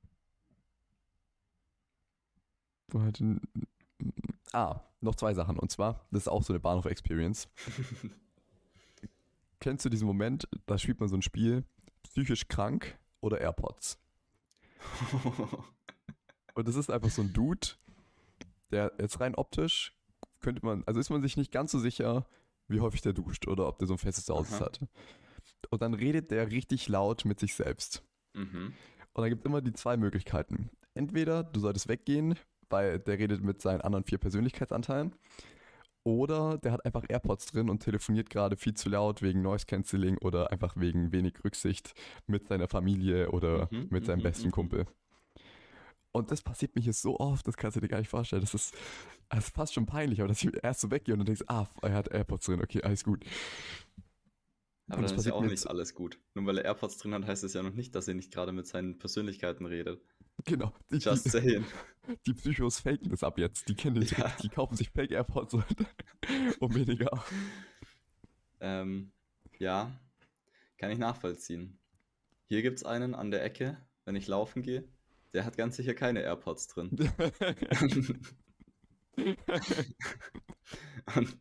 [SPEAKER 2] warte, ah, noch zwei Sachen. Und zwar, das ist auch so eine Bahnhof-Experience. Kennst du diesen Moment, da spielt man so ein Spiel, psychisch krank oder AirPods? Und das ist einfach so ein Dude, der jetzt rein optisch könnte man, also ist man sich nicht ganz so sicher, wie häufig der duscht oder ob der so ein festes Zuhause
[SPEAKER 1] Aha.
[SPEAKER 2] hat. Und dann redet der richtig laut mit sich selbst.
[SPEAKER 1] Mhm.
[SPEAKER 2] Und da gibt es immer die zwei Möglichkeiten. Entweder du solltest weggehen, weil der redet mit seinen anderen vier Persönlichkeitsanteilen. Oder der hat einfach AirPods drin und telefoniert gerade viel zu laut wegen Noise Cancelling oder einfach wegen wenig Rücksicht mit seiner Familie oder
[SPEAKER 1] Mhm,
[SPEAKER 2] mit seinem
[SPEAKER 1] mhm,
[SPEAKER 2] besten
[SPEAKER 1] mhm.
[SPEAKER 2] Kumpel. Und das passiert mir hier so oft, das kannst du dir gar nicht vorstellen. Das ist, das ist fast schon peinlich, aber dass ich erst so weggehe und dann denkst, ah, er hat AirPods drin, okay, alles gut.
[SPEAKER 1] Aber
[SPEAKER 2] Und das
[SPEAKER 1] dann ist ja
[SPEAKER 2] passiert
[SPEAKER 1] auch
[SPEAKER 2] mir
[SPEAKER 1] nicht
[SPEAKER 2] jetzt,
[SPEAKER 1] alles gut. Nur weil er AirPods drin hat, heißt es ja noch nicht, dass er nicht gerade mit seinen Persönlichkeiten redet.
[SPEAKER 2] genau, die, die,
[SPEAKER 1] Just saying.
[SPEAKER 2] die Psychos faken das ab jetzt. Die kennen den
[SPEAKER 1] Ja.
[SPEAKER 2] Trick, die kaufen sich Fake-AirPods und um weniger.
[SPEAKER 1] Ähm, ja, kann ich nachvollziehen. Hier gibt es einen an der Ecke, wenn ich laufen gehe. Der hat ganz sicher keine AirPods drin. Und,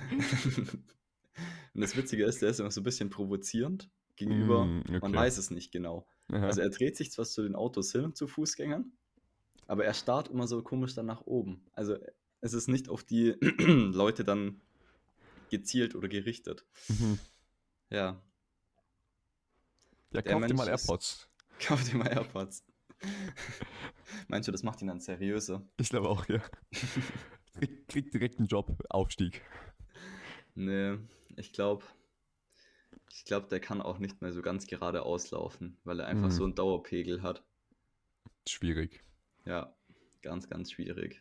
[SPEAKER 1] und das Witzige ist, der ist immer so ein bisschen provozierend gegenüber,
[SPEAKER 2] Mm,
[SPEAKER 1] man
[SPEAKER 2] okay.
[SPEAKER 1] weiß es nicht genau.
[SPEAKER 2] Aha.
[SPEAKER 1] Also er dreht sich zwar zu den Autos hin, zu Fußgängern, aber er starrt immer so komisch dann nach oben. Also es ist nicht auf die Leute dann gezielt oder gerichtet.
[SPEAKER 2] Mhm.
[SPEAKER 1] Ja,
[SPEAKER 2] Ja,
[SPEAKER 1] der
[SPEAKER 2] kauf dir mal
[SPEAKER 1] Mensch ist.
[SPEAKER 2] AirPods.
[SPEAKER 1] Kauf dir mal AirPods. Meinst du, das macht ihn dann seriöser?
[SPEAKER 2] Ich glaube auch, ja. Krieg, krieg direkt einen Job, Aufstieg.
[SPEAKER 1] Nee, ich glaube, ich glaube, der kann auch nicht mehr so ganz gerade auslaufen, weil er einfach
[SPEAKER 2] Mm,
[SPEAKER 1] so einen Dauerpegel hat.
[SPEAKER 2] schwierig.
[SPEAKER 1] Ja, ganz, ganz schwierig.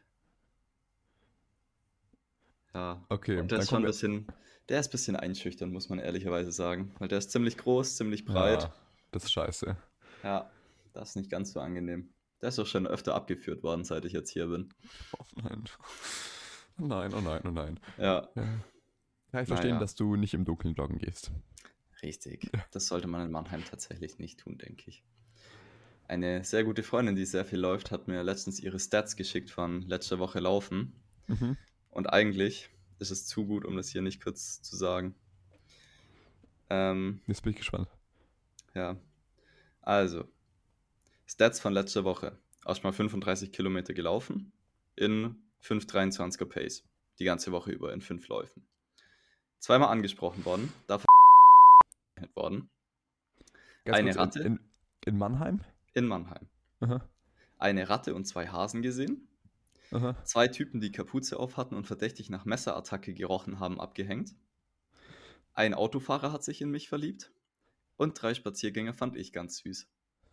[SPEAKER 1] Ja,
[SPEAKER 2] Okay,
[SPEAKER 1] und der
[SPEAKER 2] dann
[SPEAKER 1] ist schon
[SPEAKER 2] kommen
[SPEAKER 1] ein
[SPEAKER 2] wir.
[SPEAKER 1] bisschen, der ist ein bisschen einschüchternd, muss man ehrlicherweise sagen. Weil der ist ziemlich groß, ziemlich breit.
[SPEAKER 2] Ja, das ist scheiße.
[SPEAKER 1] Ja, das ist nicht ganz so angenehm. Der ist auch schon öfter abgeführt worden, seit ich jetzt hier bin.
[SPEAKER 2] Oh nein. Oh nein, oh nein, oh nein.
[SPEAKER 1] Ja,
[SPEAKER 2] Ja. Kann ich verstehen,
[SPEAKER 1] naja,
[SPEAKER 2] dass du nicht im Dunkeln joggen gehst.
[SPEAKER 1] richtig. Das sollte man in Mannheim tatsächlich nicht tun, denke ich. Eine sehr gute Freundin, die sehr viel läuft, hat mir letztens ihre Stats geschickt von letzter Woche Laufen.
[SPEAKER 2] Mhm.
[SPEAKER 1] Und eigentlich ist es zu gut, um das hier nicht kurz zu sagen. Ähm,
[SPEAKER 2] Jetzt bin ich gespannt.
[SPEAKER 1] ja, also, Stats von letzter Woche. Erstmal fünfunddreißig Kilometer gelaufen in fünf dreiundzwanziger Pace. Die ganze Woche über in fünf Läufen. Zweimal angesprochen worden, davon worden.
[SPEAKER 2] Ganz
[SPEAKER 1] Eine
[SPEAKER 2] kurz, in,
[SPEAKER 1] Ratte
[SPEAKER 2] in, in Mannheim?
[SPEAKER 1] in Mannheim.
[SPEAKER 2] Aha,
[SPEAKER 1] Eine Ratte und zwei Hasen gesehen.
[SPEAKER 2] aha.
[SPEAKER 1] Zwei Typen, die Kapuze auf hatten und verdächtig nach Messerattacke gerochen haben, abgehängt. Ein Autofahrer hat sich in mich verliebt. Und drei Spaziergänger fand ich ganz süß.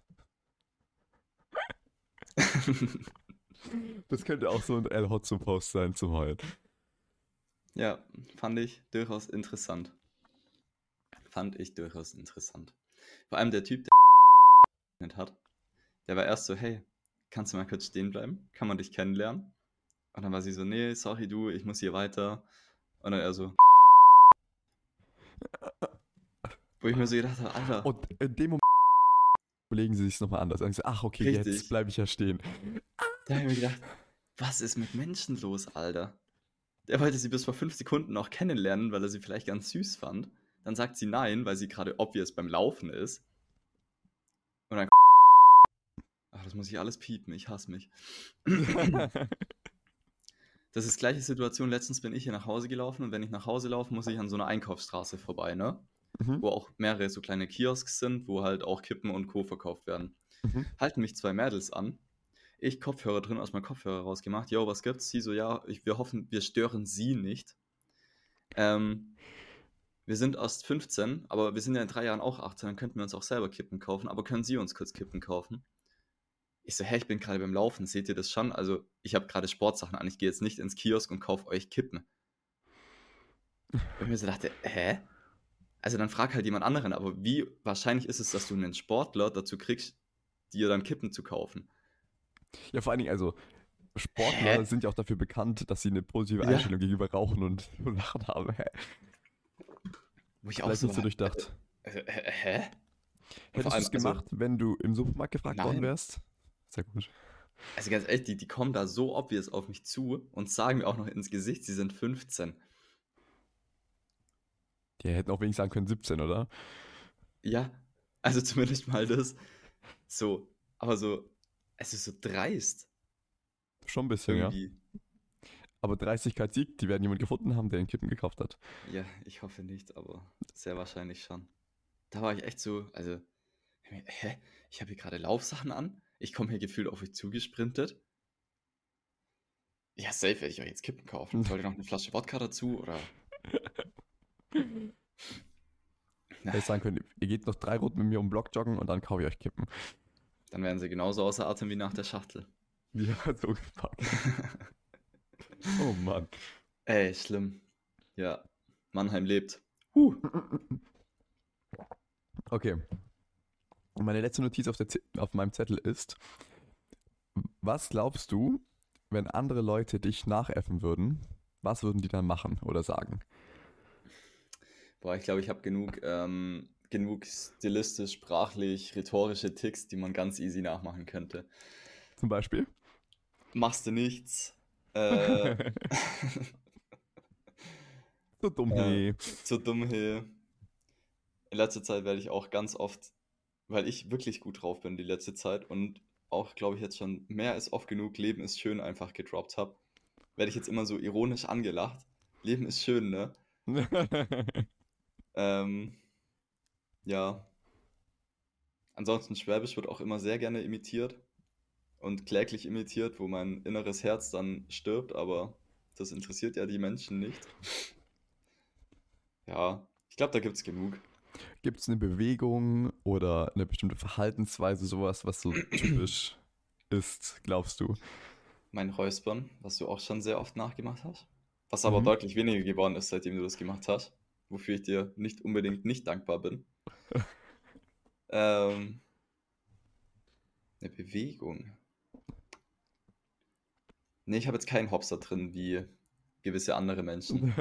[SPEAKER 2] Das könnte auch so ein El Hotzo-Post sein zum Heulen.
[SPEAKER 1] Ja, fand ich durchaus interessant. Fand ich durchaus interessant. Vor allem der Typ, der nicht hat, der war erst so, hey, kannst du mal kurz stehen bleiben? Kann man dich kennenlernen? Und dann war sie so, nee, sorry du, ich muss hier weiter. Und dann er so, wo ich mir so gedacht habe, Alter,
[SPEAKER 2] Und in dem Moment überlegen sie sich nochmal anders. Sagen sie, ach okay, jetzt
[SPEAKER 1] richtig.
[SPEAKER 2] bleibe ich ja stehen.
[SPEAKER 1] Da habe ich mir gedacht, was ist mit Menschen los, Alter? Der wollte sie bis vor fünf Sekunden noch kennenlernen, weil er sie vielleicht ganz süß fand. Dann sagt sie nein, weil sie gerade obvious beim Laufen ist. Und dann, ach, das muss ich alles piepen, ich hasse mich. Das ist gleiche Situation. Letztens bin ich hier nach Hause gelaufen und wenn ich nach Hause laufe, muss ich an so einer Einkaufsstraße vorbei, ne?
[SPEAKER 2] Mhm,
[SPEAKER 1] Wo auch mehrere so kleine Kiosks sind, wo halt auch Kippen und Co. verkauft werden.
[SPEAKER 2] mhm.
[SPEAKER 1] Halten mich zwei Mädels an. Ich Kopfhörer drin, aus meinem Kopfhörer rausgemacht. Jo, was gibt's? Sie so, ja, ich, wir hoffen, wir stören Sie nicht. Ähm, wir sind erst fünfzehn, aber wir sind ja in drei Jahren auch achtzehn, dann könnten wir uns auch selber Kippen kaufen. Aber können Sie uns kurz Kippen kaufen? Ich so, hä, ich bin gerade beim Laufen, seht ihr das schon? Also, ich habe gerade Sportsachen an, ich gehe jetzt nicht ins Kiosk und kaufe euch Kippen. Und ich mir so dachte, hä? Also dann frag halt jemand anderen, aber wie wahrscheinlich ist es, dass du einen Sportler dazu kriegst, dir dann Kippen zu kaufen?
[SPEAKER 2] Ja, vor allen Dingen, also Sportler
[SPEAKER 1] Hä?
[SPEAKER 2] sind ja auch dafür bekannt, dass sie eine positive
[SPEAKER 1] Ja,
[SPEAKER 2] Einstellung gegenüber Rauchen und Lachen haben. Hä?
[SPEAKER 1] wo ich auch
[SPEAKER 2] Vielleicht
[SPEAKER 1] so
[SPEAKER 2] nicht so
[SPEAKER 1] war, also,
[SPEAKER 2] durchdacht.
[SPEAKER 1] also, hä? hä? Und vor
[SPEAKER 2] Hättest du
[SPEAKER 1] allem,
[SPEAKER 2] es
[SPEAKER 1] also,
[SPEAKER 2] gemacht, wenn du im Supermarkt gefragt worden
[SPEAKER 1] nein.
[SPEAKER 2] wärst? Sehr gut.
[SPEAKER 1] Also ganz ehrlich, die, die kommen da so obvious auf mich zu und sagen mir auch noch ins Gesicht, sie sind fünfzehn.
[SPEAKER 2] Die hätten auch wenigstens sagen können siebzehn, oder?
[SPEAKER 1] Ja, also zumindest mal das. So, aber so, es ist so dreist
[SPEAKER 2] Schon ein bisschen, ja.
[SPEAKER 1] irgendwie.
[SPEAKER 2] Aber Dreistigkeit siegt, die werden jemand gefunden haben, der den Kippen gekauft hat.
[SPEAKER 1] Ja, ich hoffe nicht, aber sehr wahrscheinlich schon. Da war ich echt so, also, hä? Ich habe hier gerade Laufsachen an. Ich komme hier gefühlt auf euch zugesprintet. Ja, safe werde ich euch jetzt Kippen kaufen. Wollt ihr noch eine Flasche Wodka dazu, oder?
[SPEAKER 2] Hätte ich sagen können, ihr geht noch drei Runden mit mir um den Block joggen und dann kaufe ich euch Kippen.
[SPEAKER 1] Dann werden sie genauso außer Atem wie nach der Schachtel.
[SPEAKER 2] Ja, so gepackt. Oh Mann.
[SPEAKER 1] Ey, schlimm. Ja, Mannheim lebt. Huh.
[SPEAKER 2] Okay. Und meine letzte Notiz auf, der Z- auf meinem Zettel ist, was glaubst du, wenn andere Leute dich nachäffen würden, was würden die dann machen oder sagen?
[SPEAKER 1] Boah, ich glaube, ich habe genug, ähm, genug stilistisch, sprachlich, rhetorische Ticks, die man ganz easy nachmachen könnte.
[SPEAKER 2] Zum Beispiel?
[SPEAKER 1] Machst du nichts? Äh,
[SPEAKER 2] So dumm,
[SPEAKER 1] äh,
[SPEAKER 2] hey.
[SPEAKER 1] zu dumm hier. In letzter Zeit werde ich auch ganz oft, weil ich wirklich gut drauf bin die letzte Zeit und auch, glaube ich, jetzt schon mehr als oft genug Leben ist schön einfach gedroppt habe, werde ich jetzt immer so ironisch angelacht. Leben ist schön, ne? Ähm, ja. Ansonsten Schwäbisch wird auch immer sehr gerne imitiert und kläglich imitiert, wo mein inneres Herz dann stirbt, aber das interessiert ja die Menschen nicht. Ja, ich glaube, da gibt es genug.
[SPEAKER 2] Gibt es eine Bewegung oder eine bestimmte Verhaltensweise, sowas, was so typisch ist, glaubst du?
[SPEAKER 1] Mein Räuspern, was du auch schon sehr oft nachgemacht hast, was aber
[SPEAKER 2] Mhm.
[SPEAKER 1] deutlich weniger geworden ist, seitdem du das gemacht hast, wofür ich dir nicht unbedingt nicht dankbar bin. Ähm, eine Bewegung. Nee, ich habe jetzt keinen Hopser drin, wie gewisse andere Menschen.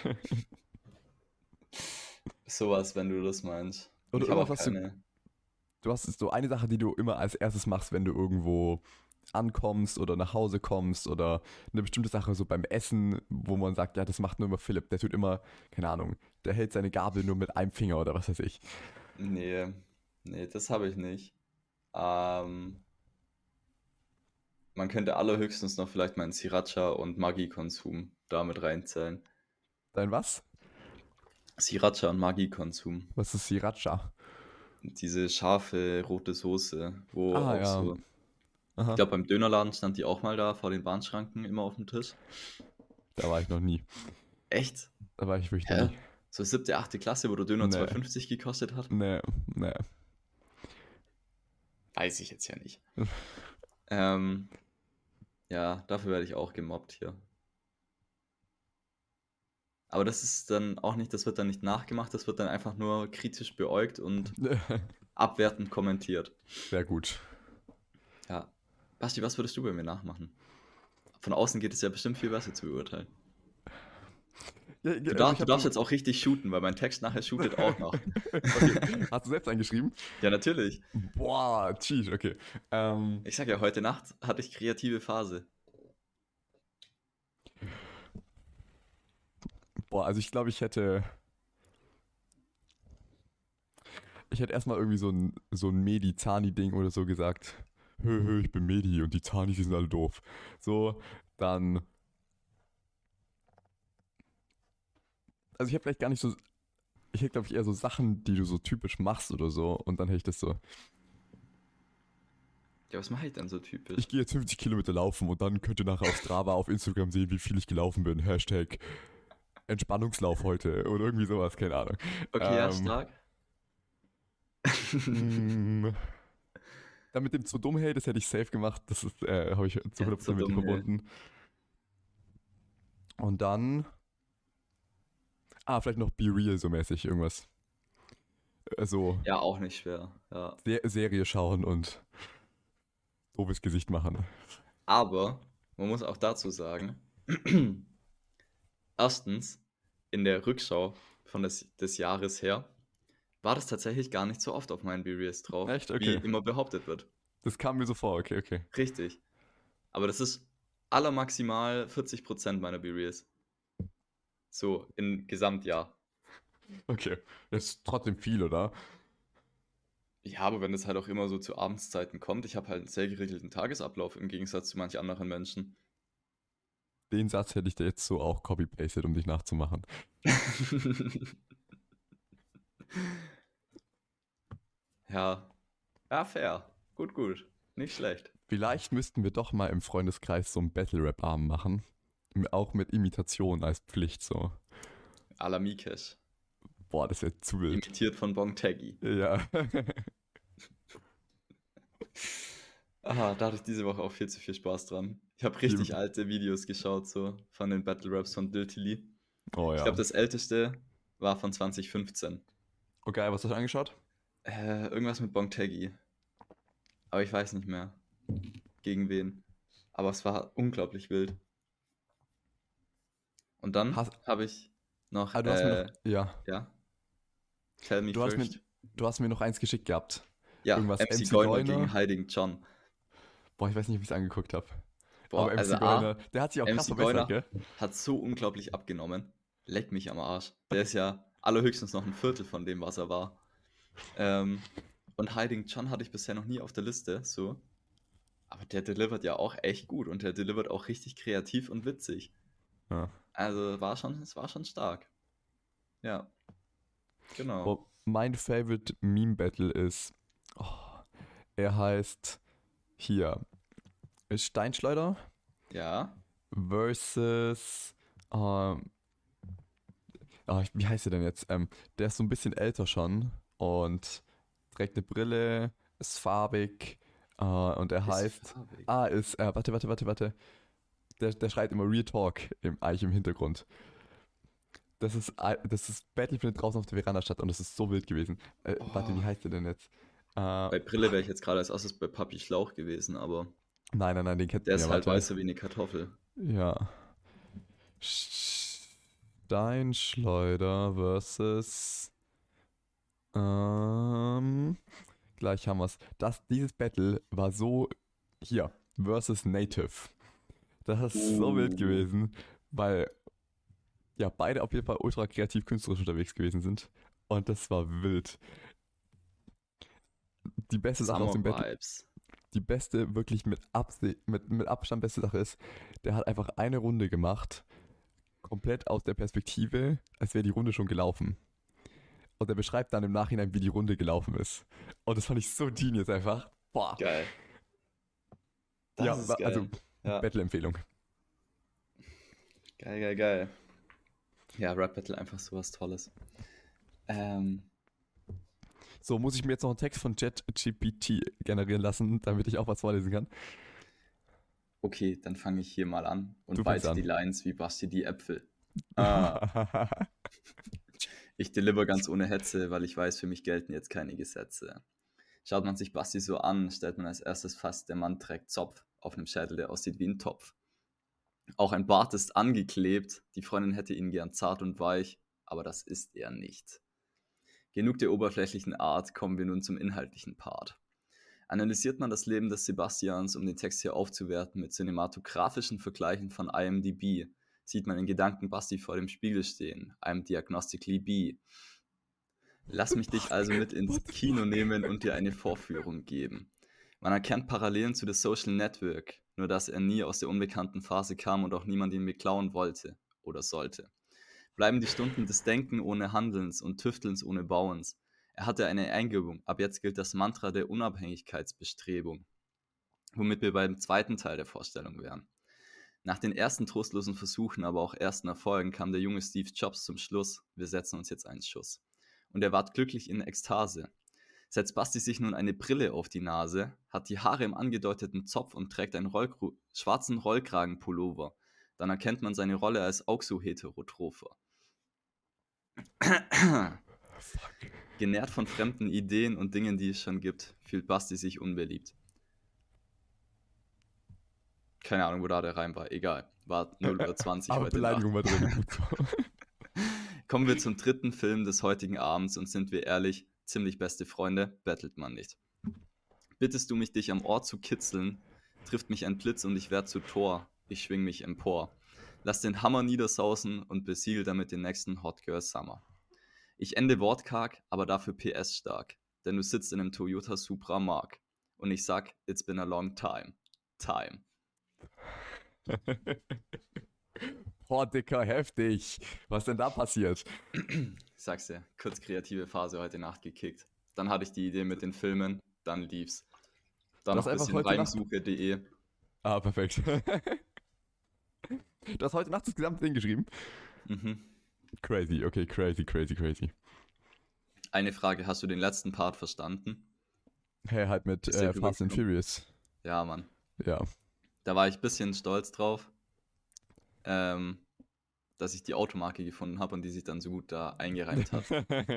[SPEAKER 1] Sowas, wenn du das meinst. Und
[SPEAKER 2] Oder
[SPEAKER 1] ich habe
[SPEAKER 2] irgendwas,
[SPEAKER 1] auch
[SPEAKER 2] was du,
[SPEAKER 1] keine.
[SPEAKER 2] du hast so eine Sache, die du immer als erstes machst, wenn du irgendwo ankommst oder nach Hause kommst oder eine bestimmte Sache so beim Essen, wo man sagt, ja, das macht nur immer Philipp, der tut immer, keine Ahnung, der hält seine Gabel nur mit einem Finger oder was weiß ich.
[SPEAKER 1] Nee, nee, das habe ich nicht. Ähm, man könnte allerhöchstens noch vielleicht meinen Sriracha und Maggi-Konsum damit reinzählen.
[SPEAKER 2] Dein was?
[SPEAKER 1] Sriracha und Maggi-Konsum.
[SPEAKER 2] Was ist Sriracha?
[SPEAKER 1] Diese scharfe rote Soße, wo
[SPEAKER 2] Ah,
[SPEAKER 1] auch
[SPEAKER 2] ja.
[SPEAKER 1] so. Ich
[SPEAKER 2] Aha,
[SPEAKER 1] glaube, beim Dönerladen stand die auch mal da vor den Bahnschranken immer auf dem Tisch.
[SPEAKER 2] da war ich noch nie.
[SPEAKER 1] Echt?
[SPEAKER 2] Da war ich wirklich noch
[SPEAKER 1] Hä?
[SPEAKER 2] nie.
[SPEAKER 1] So siebte, achte Klasse, wo der Döner zwei
[SPEAKER 2] Nee,
[SPEAKER 1] fünfzig gekostet hat?
[SPEAKER 2] nee, nee.
[SPEAKER 1] Weiß ich jetzt ja nicht. Ähm, ja, dafür werde ich auch gemobbt hier. Aber das ist dann auch nicht, das wird dann nicht nachgemacht, das wird dann einfach nur kritisch beäugt und abwertend kommentiert.
[SPEAKER 2] Sehr gut.
[SPEAKER 1] Ja. Basti, was würdest du bei mir nachmachen? Von außen geht es ja bestimmt viel besser zu beurteilen.
[SPEAKER 2] Ja,
[SPEAKER 1] Du,
[SPEAKER 2] also
[SPEAKER 1] darf,
[SPEAKER 2] ich
[SPEAKER 1] du
[SPEAKER 2] hab
[SPEAKER 1] darfst
[SPEAKER 2] so,
[SPEAKER 1] jetzt auch richtig shooten, weil mein Text nachher shootet auch noch.
[SPEAKER 2] okay. Hast du selbst eingeschrieben?
[SPEAKER 1] Ja, natürlich.
[SPEAKER 2] Boah, cheat, okay. Ähm,
[SPEAKER 1] Ich sag ja, heute Nacht hatte ich kreative Phase.
[SPEAKER 2] boah, also ich glaube, ich hätte. Ich hätte erstmal irgendwie so ein, so ein Medi-Zani-Ding oder so gesagt. Hö, hö, ich bin Medi und die Zanis, die sind alle doof. So, dann. Also ich hätte vielleicht gar nicht so. Ich hätte, glaube ich, eher so Sachen, die du so typisch machst oder so. Und dann hätte ich das so.
[SPEAKER 1] Ja, was mache ich denn so typisch?
[SPEAKER 2] Ich gehe jetzt fünfzig Kilometer laufen und dann könnt ihr nachher auf Strava auf Instagram sehen, wie viel ich gelaufen bin. Hashtag Entspannungslauf heute oder irgendwie sowas, keine Ahnung.
[SPEAKER 1] Okay, ja,
[SPEAKER 2] Ähm,
[SPEAKER 1] stark.
[SPEAKER 2] mm, dann mit dem zu dumm, hey, das hätte ich safe gemacht. Das ist, äh, habe ich zu
[SPEAKER 1] Ja,
[SPEAKER 2] hundert
[SPEAKER 1] zu
[SPEAKER 2] Prozent mit dir
[SPEAKER 1] dumm, hey.
[SPEAKER 2] verbunden. Und dann, ah, vielleicht noch Be Real so mäßig, irgendwas. Also,
[SPEAKER 1] Ja, auch nicht schwer. Ja.
[SPEAKER 2] Se Serie schauen und doofes Gesicht machen.
[SPEAKER 1] Aber man muss auch dazu sagen, erstens, in der Rückschau von des, des Jahres her, war das tatsächlich gar nicht so oft auf meinen B-Reels drauf,
[SPEAKER 2] Echt?
[SPEAKER 1] wie
[SPEAKER 2] Okay.
[SPEAKER 1] immer behauptet wird.
[SPEAKER 2] Das kam mir so vor, okay, okay.
[SPEAKER 1] Richtig. Aber das ist allermaximal vierzig Prozent meiner B-Reels. So, im Gesamtjahr.
[SPEAKER 2] Okay. Das ist trotzdem viel, oder?
[SPEAKER 1] Ja, aber wenn es halt auch immer so zu Abendszeiten kommt, ich habe halt einen sehr geregelten Tagesablauf im Gegensatz zu manch anderen Menschen.
[SPEAKER 2] Den Satz hätte ich dir jetzt so auch copy-pasted, um dich nachzumachen.
[SPEAKER 1] Ja. Ja, fair. Gut, gut. Nicht schlecht.
[SPEAKER 2] Vielleicht müssten wir doch mal im Freundeskreis so einen Battle-Rap-Abend machen. Auch mit Imitation als Pflicht so.
[SPEAKER 1] A la Mikesh.
[SPEAKER 2] Boah, das wäre zu wild.
[SPEAKER 1] Imitiert von Bong Taggy.
[SPEAKER 2] Ja.
[SPEAKER 1] Ah, da hatte ich diese Woche auch viel zu viel Spaß dran. Ich habe richtig
[SPEAKER 2] Die-
[SPEAKER 1] alte Videos geschaut, so von den Battle Raps von Diltily.
[SPEAKER 2] Oh
[SPEAKER 1] Ich
[SPEAKER 2] ja.
[SPEAKER 1] glaube, das älteste war von zwanzig fünfzehn.
[SPEAKER 2] Okay, was hast du angeschaut?
[SPEAKER 1] Äh, irgendwas mit Bong Taggy. Aber ich weiß nicht mehr, gegen wen. Aber es war unglaublich wild. Und dann
[SPEAKER 2] Hast,
[SPEAKER 1] habe ich noch,
[SPEAKER 2] ah, du hast mir
[SPEAKER 1] äh,
[SPEAKER 2] noch, ja,
[SPEAKER 1] ja, Tell Me
[SPEAKER 2] du hast mir,
[SPEAKER 1] First.
[SPEAKER 2] du hast mir noch eins geschickt gehabt.
[SPEAKER 1] Ja,
[SPEAKER 2] Irgendwas
[SPEAKER 1] M C
[SPEAKER 2] M C
[SPEAKER 1] Goiner
[SPEAKER 2] Goiner.
[SPEAKER 1] gegen Hiding John.
[SPEAKER 2] Boah, ich weiß nicht, ob ich es angeguckt habe.
[SPEAKER 1] Boah,
[SPEAKER 2] Aber
[SPEAKER 1] also
[SPEAKER 2] M C
[SPEAKER 1] A,
[SPEAKER 2] Goiner, der hat sich auch krass
[SPEAKER 1] M C
[SPEAKER 2] verbessert,
[SPEAKER 1] Goiner
[SPEAKER 2] gell?
[SPEAKER 1] hat so unglaublich abgenommen. Leck mich am Arsch. Der ist ja allerhöchstens noch ein Viertel von dem, was er war. Ähm, und Hiding John hatte ich bisher noch nie auf der Liste, so. Aber der delivert ja auch echt gut und der delivert auch richtig kreativ und witzig.
[SPEAKER 2] Ja.
[SPEAKER 1] Also war schon, es war schon stark. Ja, genau.
[SPEAKER 2] Boah, mein Favorite Meme Battle ist, oh, er heißt hier, ist Steinschleuder
[SPEAKER 1] Ja,
[SPEAKER 2] versus, ähm, ah, ich- wie heißt er denn jetzt? Ähm, der ist so ein bisschen älter schon und trägt eine Brille, ist farbig äh, und er
[SPEAKER 1] ist
[SPEAKER 2] heißt,
[SPEAKER 1] farbig.
[SPEAKER 2] ah, ist, äh, warte, warte, warte, warte, der, der schreit immer Real Talk im, eigentlich im Hintergrund. Das ist, ei- das ist Battle findet draußen auf der Veranda statt und das ist so wild gewesen. Äh, Warte,
[SPEAKER 1] Oh.
[SPEAKER 2] wie heißt der denn jetzt? Äh,
[SPEAKER 1] Bei Brille wäre ich jetzt gerade als erstes bei Papi Schlauch gewesen, aber
[SPEAKER 2] nein, nein, nein, den kennt
[SPEAKER 1] der
[SPEAKER 2] man ja,
[SPEAKER 1] ist halt
[SPEAKER 2] warte.
[SPEAKER 1] weißer wie eine Kartoffel.
[SPEAKER 2] Ja. Steinschleuder versus. Ähm, gleich haben wir's. Das, dieses Battle war so. Hier. Versus Native. Das ist so wild
[SPEAKER 1] Uh.
[SPEAKER 2] gewesen, weil ja beide auf jeden Fall ultra kreativ künstlerisch unterwegs gewesen sind. Und das war wild. Die beste Sache aus dem
[SPEAKER 1] Summer
[SPEAKER 2] Battle.
[SPEAKER 1] Vibes.
[SPEAKER 2] Die beste, wirklich mit, Absi mit, mit Abstand beste Sache ist, der hat einfach eine Runde gemacht, komplett aus der Perspektive, als wäre die Runde schon gelaufen. Und er beschreibt dann im Nachhinein, wie die Runde gelaufen ist. Und das fand ich so genius einfach. Boah.
[SPEAKER 1] Geil. Das
[SPEAKER 2] Ja,
[SPEAKER 1] ist
[SPEAKER 2] wa-
[SPEAKER 1] geil.
[SPEAKER 2] also
[SPEAKER 1] Ja.
[SPEAKER 2] Battle-Empfehlung.
[SPEAKER 1] Geil, geil, geil. Ja, Rap Battle einfach sowas Tolles. Ähm,
[SPEAKER 2] So, muss ich mir jetzt noch einen Text von ChatGPT generieren lassen, damit ich auch was vorlesen kann?
[SPEAKER 1] okay, dann fange ich hier mal an und
[SPEAKER 2] Du fängst
[SPEAKER 1] beiße die
[SPEAKER 2] an.
[SPEAKER 1] Lines wie Basti die Äpfel. Ah, ich deliver ganz ohne Hetze, weil ich weiß, für mich gelten jetzt keine Gesetze. Schaut man sich Basti so an, stellt man als erstes fest, der Mann trägt Zopf auf einem Schädel, der aussieht wie ein Topf. Auch ein Bart ist angeklebt, die Freundin hätte ihn gern zart und weich, aber das ist er nicht. Genug der oberflächlichen Art, kommen wir nun zum inhaltlichen Part. Analysiert man das Leben des Sebastians, um den Text hier aufzuwerten mit cinematografischen Vergleichen von I M D B, sieht man in Gedanken Basti vor dem Spiegel stehen, einem Diagnostically B. Lass mich dich also mit ins Kino nehmen und dir eine Vorführung geben. Man erkennt Parallelen zu The Social Network, nur dass er nie aus der unbekannten Phase kam und auch niemand ihn beklauen wollte oder sollte. Bleiben die Stunden des Denken ohne Handelns und Tüftelns ohne Bauens. Er hatte eine Eingebung, ab jetzt gilt das Mantra der Unabhängigkeitsbestrebung, womit wir beim zweiten Teil der Vorstellung wären. Nach den ersten trostlosen Versuchen, aber auch ersten Erfolgen kam der junge Steve Jobs zum Schluss, wir setzen uns jetzt einen Schuss. Und er ward glücklich in Ekstase. Setzt Basti sich nun eine Brille auf die Nase, hat die Haare im angedeuteten Zopf und trägt einen Rollkru- schwarzen Rollkragenpullover. Dann erkennt man seine Rolle als Auxo-Heterotropher.
[SPEAKER 2] Fuck.
[SPEAKER 1] Genährt von fremden Ideen und Dingen, die es schon gibt, fühlt Basti sich unbeliebt. Keine Ahnung, wo da der Reim war. Egal. War null Uhr zwanzig
[SPEAKER 2] Aber
[SPEAKER 1] heute
[SPEAKER 2] Beleidigung
[SPEAKER 1] Nacht.
[SPEAKER 2] war drin. Gut so.
[SPEAKER 1] Kommen wir zum dritten Film des heutigen Abends und sind wir ehrlich, ziemlich beste Freunde, bettelt man nicht. Bittest du mich, dich am Ohr zu kitzeln, trifft mich ein Blitz und ich werd zu Tor. Ich schwing mich empor. Lass den Hammer niedersausen und besiegel damit den nächsten Hot Girl Summer. Ich ende wortkarg, aber dafür P S stark, denn du sitzt in einem Toyota Supra Mark. Und ich sag, it's been a long time. Time.
[SPEAKER 2] Boah, Dicker, heftig. Was denn da passiert?
[SPEAKER 1] Ich sag's dir, kurz kreative Phase heute Nacht gekickt. Dann hatte ich die Idee mit den Filmen, dann lief's. Dann
[SPEAKER 2] Du
[SPEAKER 1] noch
[SPEAKER 2] hast
[SPEAKER 1] ein
[SPEAKER 2] einfach
[SPEAKER 1] bisschen
[SPEAKER 2] heute Nacht.
[SPEAKER 1] reimsuche punkt de.
[SPEAKER 2] Ah, perfekt. Du hast heute Nacht das gesamte Ding geschrieben.
[SPEAKER 1] Mhm.
[SPEAKER 2] Crazy, okay, crazy, crazy, crazy.
[SPEAKER 1] Eine Frage, hast du den letzten Part verstanden?
[SPEAKER 2] Hey, halt mit
[SPEAKER 1] Ist der
[SPEAKER 2] äh, Fast and
[SPEAKER 1] rübergekommen?
[SPEAKER 2] Furious.
[SPEAKER 1] Ja, Mann.
[SPEAKER 2] Ja.
[SPEAKER 1] Da war ich ein bisschen stolz drauf, ähm, dass ich die Automarke gefunden habe und die sich dann so gut da eingereimt hat.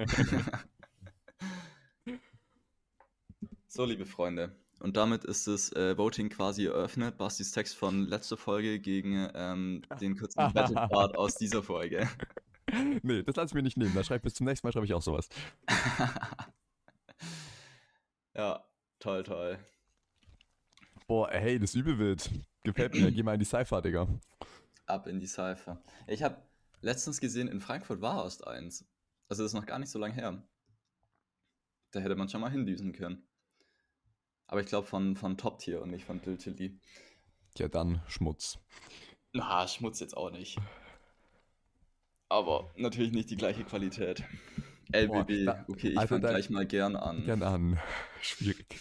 [SPEAKER 1] So, liebe Freunde. Und damit ist das äh, Voting quasi eröffnet. Bastis Text von letzter Folge gegen ähm, den kurzen Battle-Part aus dieser Folge.
[SPEAKER 2] Nee, das lass ich mir nicht nehmen. Da schreib bis zum nächsten Mal schreibe ich auch sowas.
[SPEAKER 1] Ja, toll, toll.
[SPEAKER 2] Boah, hey, das ist übel wild. Gefällt mir. Geh mal in die Cypher, Digga.
[SPEAKER 1] Ab in die Cypher. Ich habe letztens gesehen, in Frankfurt war erst eins. Also das ist noch gar nicht so lange her. Da hätte man schon mal hindüsen können. Aber ich glaube von, von Top-Tier und nicht von Diltily.
[SPEAKER 2] Ja, dann Schmutz.
[SPEAKER 1] Na, Schmutz jetzt auch nicht. Aber natürlich nicht die gleiche Qualität.
[SPEAKER 2] Boah,
[SPEAKER 1] L B B,
[SPEAKER 2] da,
[SPEAKER 1] okay, ich
[SPEAKER 2] also
[SPEAKER 1] fange
[SPEAKER 2] da,
[SPEAKER 1] gleich mal gern an.
[SPEAKER 2] gern an. Schwierig.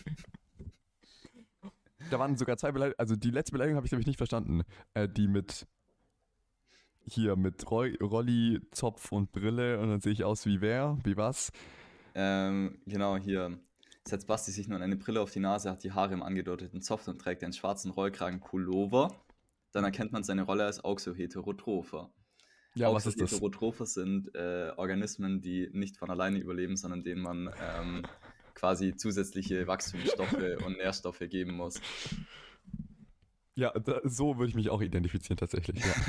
[SPEAKER 2] Da waren sogar zwei Beleidigungen. Also die letzte Beleidigung habe ich nämlich nicht verstanden. Äh, die mit hier mit Roy, Rolli, Zopf und Brille und dann sehe ich aus wie wer? Wie was?
[SPEAKER 1] Ähm, genau, hier setzt Basti sich nun eine Brille auf die Nase, hat die Haare im angedeuteten Zopf und trägt einen schwarzen Rollkragen-Pullover. Dann erkennt man seine Rolle als Auxoheterotropher.
[SPEAKER 2] Ja, was ist das?
[SPEAKER 1] Auxoheterotropher sind äh, Organismen, die nicht von alleine überleben, sondern denen man ähm, quasi zusätzliche Wachstumsstoffe und Nährstoffe geben muss.
[SPEAKER 2] Ja, da, so würde ich mich auch identifizieren tatsächlich, ja.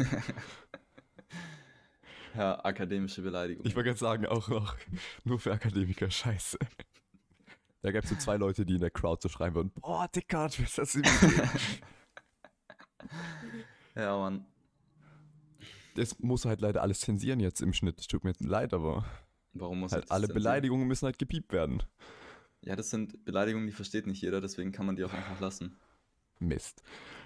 [SPEAKER 1] Ja, akademische Beleidigung.
[SPEAKER 2] Ich wollte gerade sagen, auch noch nur für Akademiker, scheiße. Da gäbe es so zwei Leute, die in der Crowd so schreien würden, boah, Dicker, was ist das übertrieben?
[SPEAKER 1] Ja, Mann.
[SPEAKER 2] Das muss halt leider alles zensieren jetzt im Schnitt. Tut mir leid, aber
[SPEAKER 1] Warum muss ich
[SPEAKER 2] halt
[SPEAKER 1] das
[SPEAKER 2] alle
[SPEAKER 1] zensieren?
[SPEAKER 2] Beleidigungen müssen halt gepiept werden.
[SPEAKER 1] Ja, das sind Beleidigungen, die versteht nicht jeder, deswegen kann man die auch einfach lassen.
[SPEAKER 2] Mist.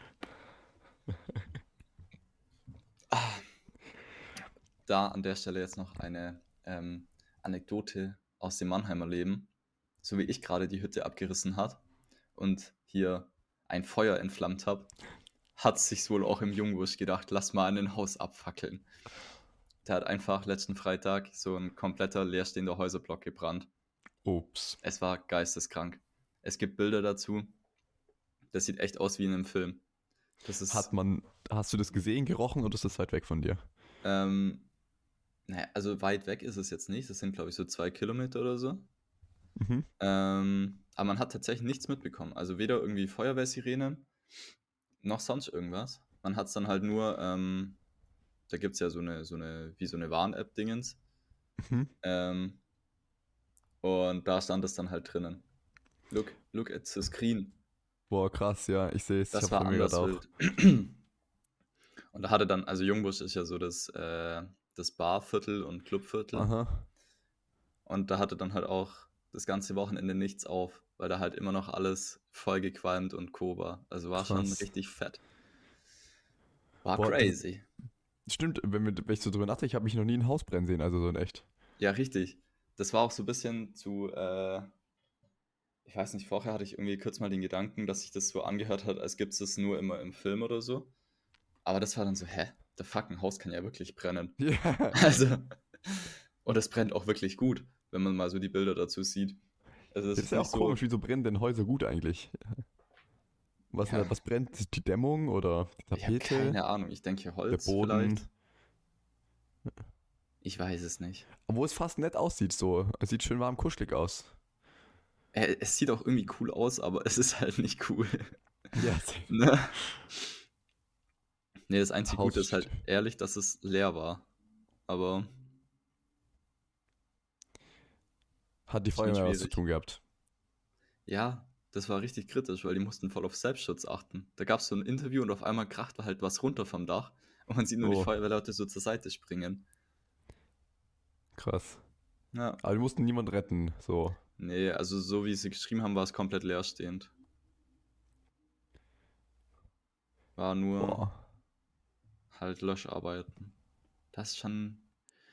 [SPEAKER 1] Da an der Stelle jetzt noch eine ähm, Anekdote aus dem Mannheimer Leben. So wie ich gerade die Hütte abgerissen hat und hier ein Feuer entflammt habe, hat sich wohl auch im Jungbusch gedacht, lass mal ein Haus abfackeln. Der hat einfach letzten Freitag so ein kompletter leerstehender Häuserblock gebrannt.
[SPEAKER 2] Ups.
[SPEAKER 1] Es war geisteskrank. Es gibt Bilder dazu. Das sieht echt aus wie in einem Film. Das ist,
[SPEAKER 2] Hat man, hast du das gesehen, gerochen oder ist das weit weg von dir?
[SPEAKER 1] ähm, naja, also weit weg ist es jetzt nicht. Das sind, glaube ich, so zwei Kilometer oder so.
[SPEAKER 2] Mhm.
[SPEAKER 1] Ähm, aber man hat tatsächlich nichts mitbekommen. Also weder irgendwie Feuerwehrsirenen noch sonst irgendwas. Man hat es dann halt nur, ähm, da gibt es ja so eine, so eine, wie so eine Warn-App-Dingens.
[SPEAKER 2] Mhm.
[SPEAKER 1] Ähm, und da stand es dann halt drinnen. Look, look at the screen.
[SPEAKER 2] Boah, krass, ja, ich sehe es. Ich
[SPEAKER 1] Das
[SPEAKER 2] habe
[SPEAKER 1] war
[SPEAKER 2] vor mir
[SPEAKER 1] anders
[SPEAKER 2] gerade auch.
[SPEAKER 1] wild. Und da hatte dann, also Jungbusch ist ja so das, äh, das Barviertel und Clubviertel.
[SPEAKER 2] Aha.
[SPEAKER 1] Und da hatte dann halt auch das ganze Wochenende nichts auf, weil da halt immer noch alles vollgequalmt und Co. war. Also war schon
[SPEAKER 2] Krass.
[SPEAKER 1] richtig fett. War
[SPEAKER 2] Boah, das
[SPEAKER 1] crazy.
[SPEAKER 2] stimmt, wenn, wir, wenn ich so drüber nachdenke, ich habe mich noch nie ein Haus brennen sehen, also so in echt.
[SPEAKER 1] Ja, richtig. Das war auch so ein bisschen zu, äh, ich weiß nicht, vorher hatte ich irgendwie kurz mal den Gedanken, dass sich das so angehört hat, als gibt es das nur immer im Film oder so. Aber das war dann so, hä? Der fuck, ein Haus kann ja wirklich brennen.
[SPEAKER 2] Ja.
[SPEAKER 1] Also, und es brennt auch wirklich gut, wenn man mal so die Bilder dazu sieht. Also das
[SPEAKER 2] Das ist ja auch
[SPEAKER 1] nicht so,
[SPEAKER 2] komisch, wieso brennen denn Häuser gut eigentlich? Was,
[SPEAKER 1] ja,
[SPEAKER 2] was brennt? Die Dämmung oder die
[SPEAKER 1] ich habe
[SPEAKER 2] Tapete?
[SPEAKER 1] keine Ahnung. Ich denke
[SPEAKER 2] Der
[SPEAKER 1] Holz
[SPEAKER 2] Boden?
[SPEAKER 1] vielleicht. Ich weiß es nicht.
[SPEAKER 2] Obwohl es fast nett aussieht so. Es sieht schön warm kuschelig aus.
[SPEAKER 1] Äh, Es sieht auch irgendwie cool aus, aber es ist halt nicht cool.
[SPEAKER 2] Ja,
[SPEAKER 1] Ne? Nee, das einzige
[SPEAKER 2] Haus
[SPEAKER 1] Gute ist halt
[SPEAKER 2] steht.
[SPEAKER 1] ehrlich, dass es leer war. Aber
[SPEAKER 2] Hat die
[SPEAKER 1] schon
[SPEAKER 2] Feuerwehr was zu
[SPEAKER 1] schwierig.
[SPEAKER 2] tun gehabt?
[SPEAKER 1] Ja, das war richtig kritisch, weil die mussten voll auf Selbstschutz achten. Da gab es so ein Interview und auf einmal kracht halt was runter vom Dach und man sieht nur die
[SPEAKER 2] Oh,
[SPEAKER 1] Feuerwehrleute so zur Seite springen.
[SPEAKER 2] krass.
[SPEAKER 1] Ja,
[SPEAKER 2] Aber die mussten niemand retten, so.
[SPEAKER 1] nee, also so wie sie geschrieben haben, war es komplett leerstehend. War nur
[SPEAKER 2] Boah.
[SPEAKER 1] halt Löscharbeiten. Das ist schon